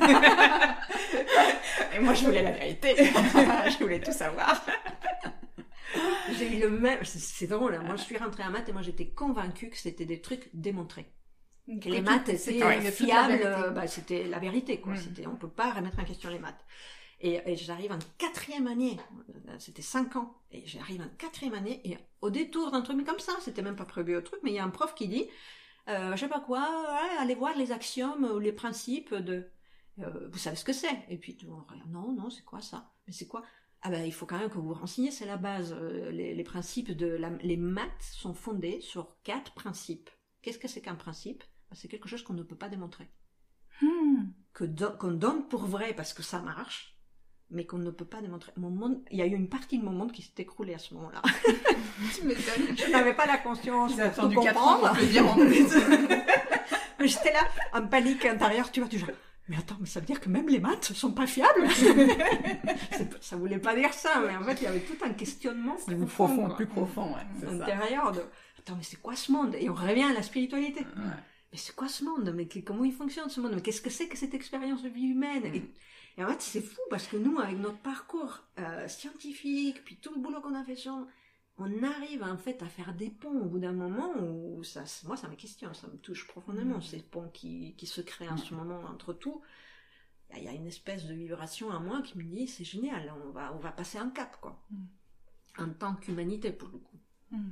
Et moi, je voulais la vérité. Je voulais tout savoir. J'ai eu le même, c'est drôle, hein. Moi je suis rentrée en maths et moi j'étais convaincue que c'était des trucs démontrés. Que les maths étaient fiables, c'était la vérité, quoi. On peut pas remettre en question les maths. Et j'arrive en 4e année, c'était 5 ans, et j'arrive en 4e année, et au détour d'un truc, mais comme ça, c'était même pas prévu au truc, mais il y a un prof qui dit, je sais pas quoi, allez voir les axiomes ou les principes vous savez ce que c'est? Et puis tout le monde regarde, non, c'est quoi ça? Mais c'est quoi? Il faut quand même que vous vous renseigniez, c'est la base. Les principes les maths sont fondés sur 4 principes. Qu'est-ce que c'est qu'un principe? C'est quelque chose qu'on ne peut pas démontrer. Qu'on donne pour vrai parce que ça marche, mais qu'on ne peut pas démontrer. Il y a eu une partie de mon monde qui s'est écroulée à ce moment-là. Tu m'étonnes. Je n'avais pas la conscience de comprendre. 4 ans pour le dire en plus. Mais j'étais là, en panique intérieure, tu vois, toujours. Mais attends, mais ça veut dire que même les maths sont pas fiables? Ça voulait pas dire ça, mais en fait, il y avait tout un questionnement plus profond, intérieur de, attends, mais c'est quoi ce monde? Et on revient à la spiritualité. Mais c'est quoi ce monde? Mais comment il fonctionne ce monde? Mais qu'est-ce que c'est que cette expérience de vie humaine? Et en fait, c'est fou parce que nous, avec notre parcours scientifique, puis tout le boulot qu'on a fait sur, on arrive en fait à faire des ponts au bout d'un moment où moi ça me questionne, ça me touche profondément, ces ponts qui se créent en ce moment entre tout. Il y a une espèce de vibration en moi qui me dit c'est génial, on va passer un cap, quoi, en tant qu'humanité pour le coup.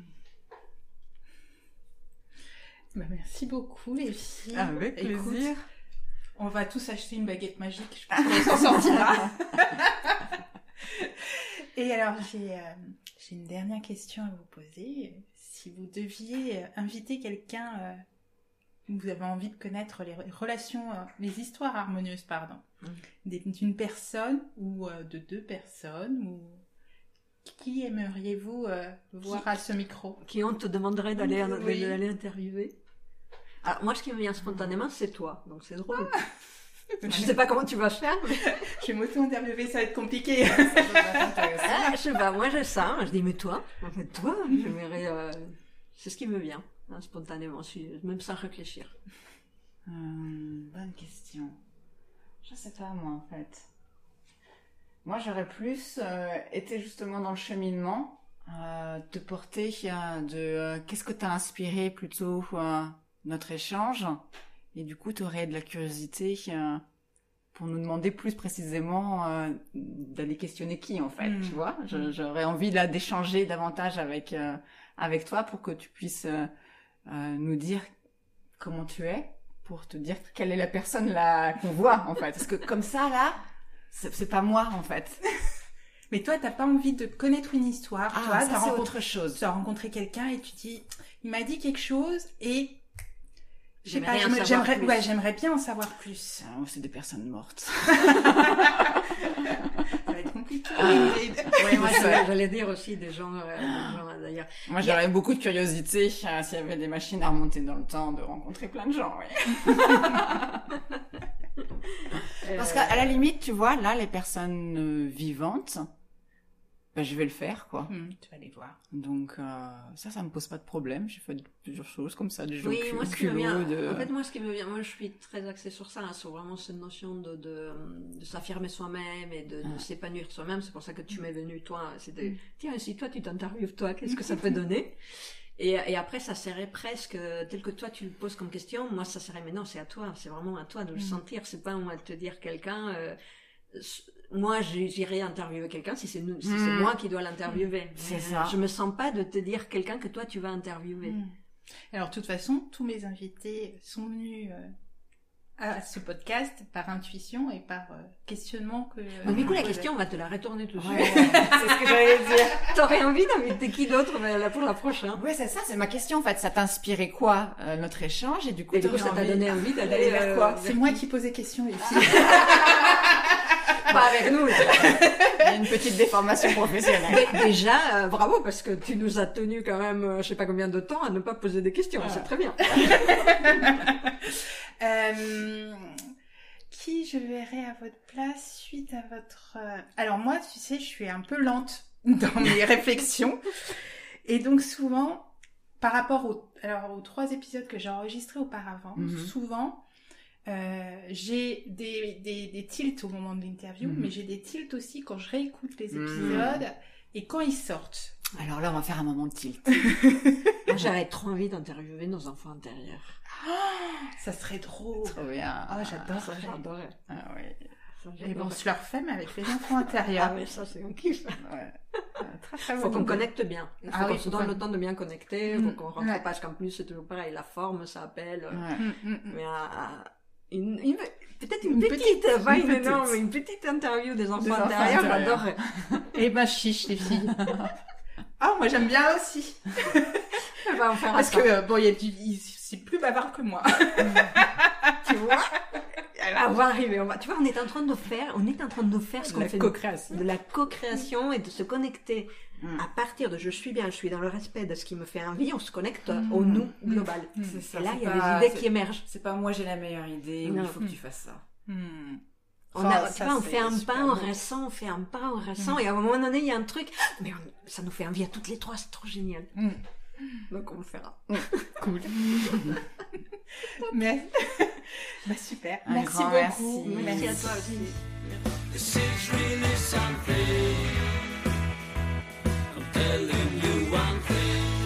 Merci beaucoup les filles. Avec plaisir. Écoute, on va tous acheter une baguette magique, je pense qu'on s'en sortira. Et alors j'ai une dernière question à vous poser. Si vous deviez inviter quelqu'un, vous avez envie de connaître les histoires harmonieuses, d'une personne ou de 2 personnes, ou qui aimeriez-vous voir à ce micro? Qui on te demanderait d'aller interviewer? Alors moi, ce qui me vient spontanément, c'est toi, donc c'est drôle. Je sais pas comment tu vas faire, mais... Je vais m'auto-interviewer, ça va être compliqué. je sais pas, moi j'ai ça. Je dis, mais toi, j'aimerais... C'est ce qui me vient, hein, spontanément, même sans réfléchir. Bonne question. Je sais pas, moi, en fait. Moi, j'aurais plus été justement dans le cheminement, te porter qu'est-ce que t'as inspiré plutôt notre échange. Et du coup, t'aurais de la curiosité pour nous demander plus précisément d'aller questionner qui, en fait, tu vois. J'aurais envie là d'échanger davantage avec toi pour que tu puisses nous dire comment tu es, pour te dire quelle est la personne là qu'on voit, en fait. Parce que comme ça, là, c'est pas moi, en fait. Mais toi, t'as pas envie de connaître une histoire. Ah, ça, c'est autre chose. Tu as rencontré quelqu'un et tu dis, il m'a dit quelque chose et... J'aimerais bien en savoir plus. C'est des personnes mortes. Ça va être compliqué. Ouais, moi, j'allais dire aussi des gens d'ailleurs. Moi, j'aurais beaucoup de curiosité s'il y avait des machines à remonter dans le temps, de rencontrer plein de gens, oui. Parce qu'à la limite, tu vois, là, les personnes vivantes, je vais le faire, quoi. Tu vas les voir. Donc, ça me pose pas de problème. J'ai fait plusieurs choses comme ça, des jeux moi, ce qui me vient, en fait, moi, moi, je suis très axée sur ça, sur vraiment cette notion de s'affirmer soi-même et de s'épanouir soi-même. C'est pour ça que tu m'es venu, toi. C'était, tiens, si toi, tu t'interviews, toi, qu'est-ce que ça peut donner? Et après, ça serait presque, tel que toi, tu le poses comme question, moi, ça serait, mais non, c'est à toi. C'est vraiment à toi de le sentir. C'est pas à moi de te dire quelqu'un, moi, j'irai interviewer quelqu'un si c'est moi qui dois l'interviewer. C'est ça. Je me sens pas de te dire quelqu'un que toi tu vas interviewer. Alors, de toute façon, tous mes invités sont venus à ce podcast par intuition et par questionnement que... Mais du coup, la question, on va te la retourner tout de suite. Ouais, c'est ce que j'allais dire. T'aurais envie d'inviter qui d'autre pour la prochaine? Ouais, c'est ça, c'est ma question, en fait. Ça t'a inspiré quoi, notre échange? Et du coup, ça t'a donné envie d'aller vers quoi? C'est moi qui pose des questions, les filles. Pas avec nous. Il y a une petite déformation professionnelle. Mais déjà, bravo, parce que tu nous as tenu quand même, je sais pas combien de temps, à ne pas poser des questions. C'est très bien. Qui je verrai à votre place suite à votre... Alors moi, tu sais, je suis un peu lente dans mes réflexions. Et donc souvent, par rapport aux 3 épisodes que j'ai enregistrés auparavant, souvent... j'ai des tilts au moment de l'interview, mais j'ai des tilts aussi quand je réécoute les épisodes et quand ils sortent. Alors là, on va faire un moment de tilt. Moi, j'aurais trop envie d'interviewer nos enfants intérieurs. Ça serait drôle. Trop bien. Oh, j'adorerais. J'adorais. Ah oui. Et bon, je leur fais, mais avec les enfants intérieurs. Ah oui, ça, c'est un kiff. Ouais. Très, très Faut bon. qu'on connecte bien. Il faut qu'on se donne le temps de bien connecter. Faut qu'on rentre Ouais. parce qu'en plus, c'est toujours pareil. La forme, ça appelle. Ouais. Mais peut-être une petite, pas une énorme, une petite interview des enfants intérieurs, j'adorerais. Eh ben, chiche, les filles. Ah, moi, j'aime bien aussi. On va faire Parce ça. que, bon, c'est plus bavard que moi. Tu vois? On va arriver. Tu vois, on est en train de faire ce qu'on fait. Co-création. De la co-création et de se connecter. À partir de je suis dans le respect de ce qui me fait envie, on se connecte au nous global. C'est ça. Et là, C'est il y a pas- des idées qui émergent. C'est pas moi j'ai la meilleure idée ou Non. il faut que tu fasses ça. Tu vois, on fait un pas, on ressent, et à un moment donné, il y a un truc, mais ça nous fait envie à toutes les 3, c'est trop génial. Donc on le fera. Cool. Mais, bah super. Un Merci grand beaucoup. merci. Merci à toi aussi. This is really something. I'm telling you one thing.